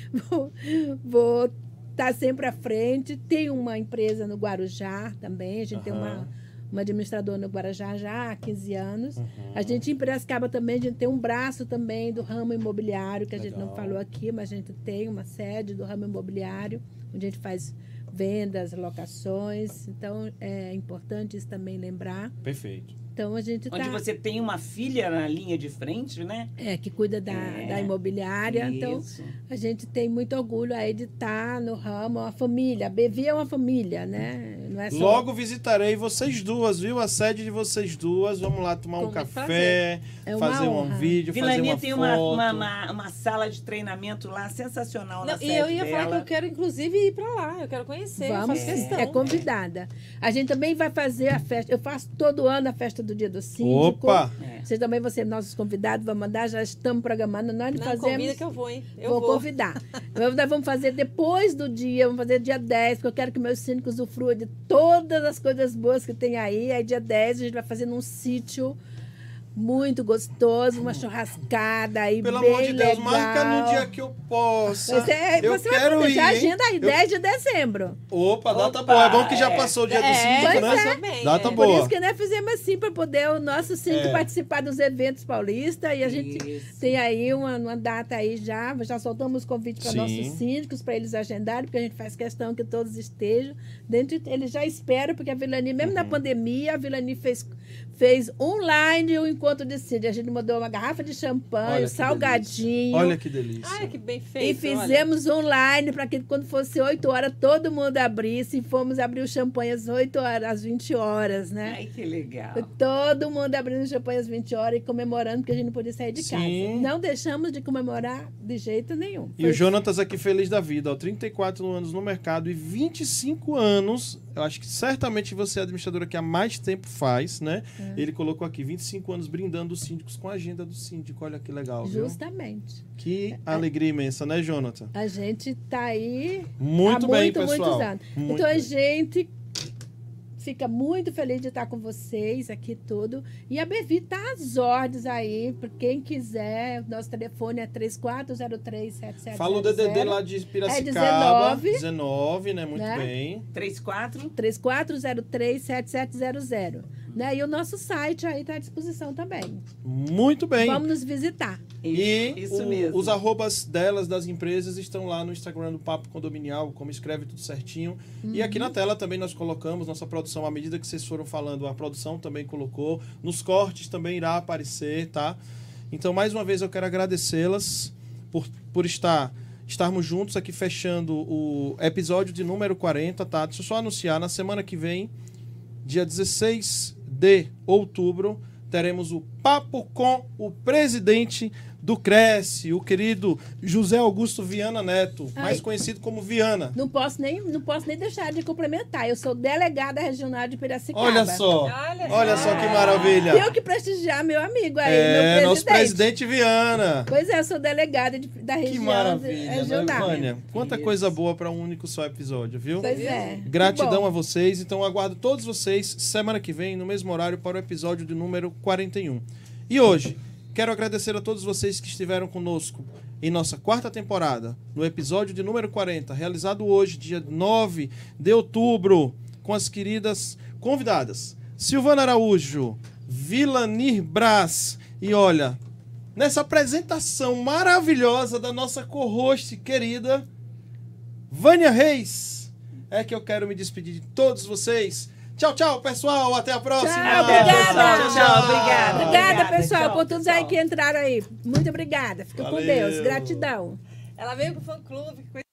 Vou estar sempre à frente. Tem uma empresa no Guarujá também. A gente tem Aham. uma administradora no Guarujá já há 15 anos. Uhum. A gente em Piracicaba também, a gente tem um braço também do ramo imobiliário, que a gente não Legal. falou aqui, mas a gente tem uma sede do ramo imobiliário, onde a gente faz vendas, locações. Então, é importante isso também lembrar. Perfeito. Então, a gente Onde está... você tem uma filha na linha de frente, né? que cuida da imobiliária. Então, Isso. a gente tem muito orgulho aí de estar no ramo, uma família. A Bevi é uma família, né? Não é só... Logo visitarei vocês duas, viu? A sede de vocês duas. Vamos lá tomar um Com muito café, É uma fazer um honra. vídeo, fazer Vilani uma tem foto. uma sala de treinamento lá sensacional na Não, sede e eu ia falar que dela. eu quero, inclusive, ir pra lá. Eu quero conhecer, eu Vamos, faço questão. é convidada. A gente também vai fazer a festa. Eu faço todo ano a festa do Dia do Síndico. Opa! É. Vocês também vão ser nossos convidados, vão mandar, já estamos programando. Nós Não, fazemos. convida que eu vou, hein? Eu vou vou. convidar. Nós vamos fazer depois do dia, vamos fazer dia 10, porque eu quero que meus síndicos usufruam de todas as coisas boas que tem aí. Aí dia 10 a gente vai fazer num sítio muito gostoso, uma churrascada aí Pelo bem amor de Deus, legal. marca no dia que eu possa. eu você vai quero poder, ir, já hein? agenda aí, Eu- 10 de dezembro. Opa, data Opa, boa. É bom que já é. passou o dia do É, síndico, pois né? passou bem, Data é. Por boa. isso que nós fizemos assim, para poder o nosso síndico É. participar dos eventos paulistas. E a gente Isso. tem aí uma data aí já soltamos convite para Sim. nossos síndicos, para eles agendarem, porque a gente faz questão que todos estejam. Dentro, eles já esperam, porque a Vilani, mesmo Uhum. na pandemia, a Vilani fez online o encontro de síndico. A gente mandou uma garrafa de champanhe, Olha que salgadinho. Olha que delícia. Ai, que bem E feito. olha. fizemos online para que quando fosse 8 horas, todo mundo abrisse. E fomos abrir o champanhe às 8 horas, às 20 horas, né? Ai, que legal. Todo mundo abrindo champanhe às 20 horas e comemorando, porque a gente não podia sair de Sim. casa. Não deixamos de comemorar de jeito nenhum. E o Jonatas aqui feliz da vida, ó, 34 anos no mercado e 25 anos, eu acho que certamente você é a administradora que há mais tempo faz, né? Ele colocou aqui 25 anos brindando os síndicos com a agenda do síndico, olha que legal, viu? Justamente. Que alegria imensa, né, Jonathan? A gente tá aí Muito há bem, muitos pessoal. anos. Muito Então a bem. gente fica muito feliz de estar com vocês aqui tudo. E a Bevi tá às ordens aí, para quem quiser. O nosso telefone é 3403-7700. Fala o DDD lá de Piracicaba. 19, né? Muito Né? bem. 34? 3403-7700. Né? E o nosso site aí está à disposição também. Muito bem. Vamos nos visitar. E Isso mesmo. os arrobas delas, das empresas, estão lá no Instagram do Papo Condominial, como escreve tudo certinho. E aqui na tela também nós colocamos nossa produção, à medida que vocês foram falando, a produção também colocou. Nos cortes também irá aparecer, tá? Então, mais uma vez, eu quero agradecê-las por estarmos juntos aqui fechando o episódio de número 40, tá? Deixa eu só anunciar, na semana que vem, dia 16 de outubro, teremos o Papo com o presidente do Cresce, o querido José Augusto Viana Neto, mais Ai. conhecido como Viana. Não posso nem deixar de complementar. Eu sou delegada regional de Piracicaba. Olha só, Olha olha só. só que maravilha. Tenho que prestigiar meu amigo aí, meu presidente. Nosso presidente Viana. Pois é, eu sou delegada da Que região maravilha, né, regional. Vânia? Quanta Isso. coisa boa para um único só episódio, viu? Pois é. Que Gratidão bom. a vocês. Então, aguardo todos vocês semana que vem, no mesmo horário, para o episódio de número 41. E hoje, quero agradecer a todos vocês que estiveram conosco em nossa quarta temporada, no episódio de número 40, realizado hoje, dia 9 de outubro, com as queridas convidadas Silvana Araújo, Vilanir Brás. E olha, nessa apresentação maravilhosa da nossa co-host querida Vânia Reis, é que eu quero me despedir de todos vocês. Tchau, tchau, pessoal. Até a próxima. Tchau, Obrigada. Tchau, Obrigada. Obrigada, pessoal, Tchau, por todos pessoal. aí que entraram aí. Muito obrigada. Fica com Valeu. Deus. Gratidão. Ela veio pro fã-clube,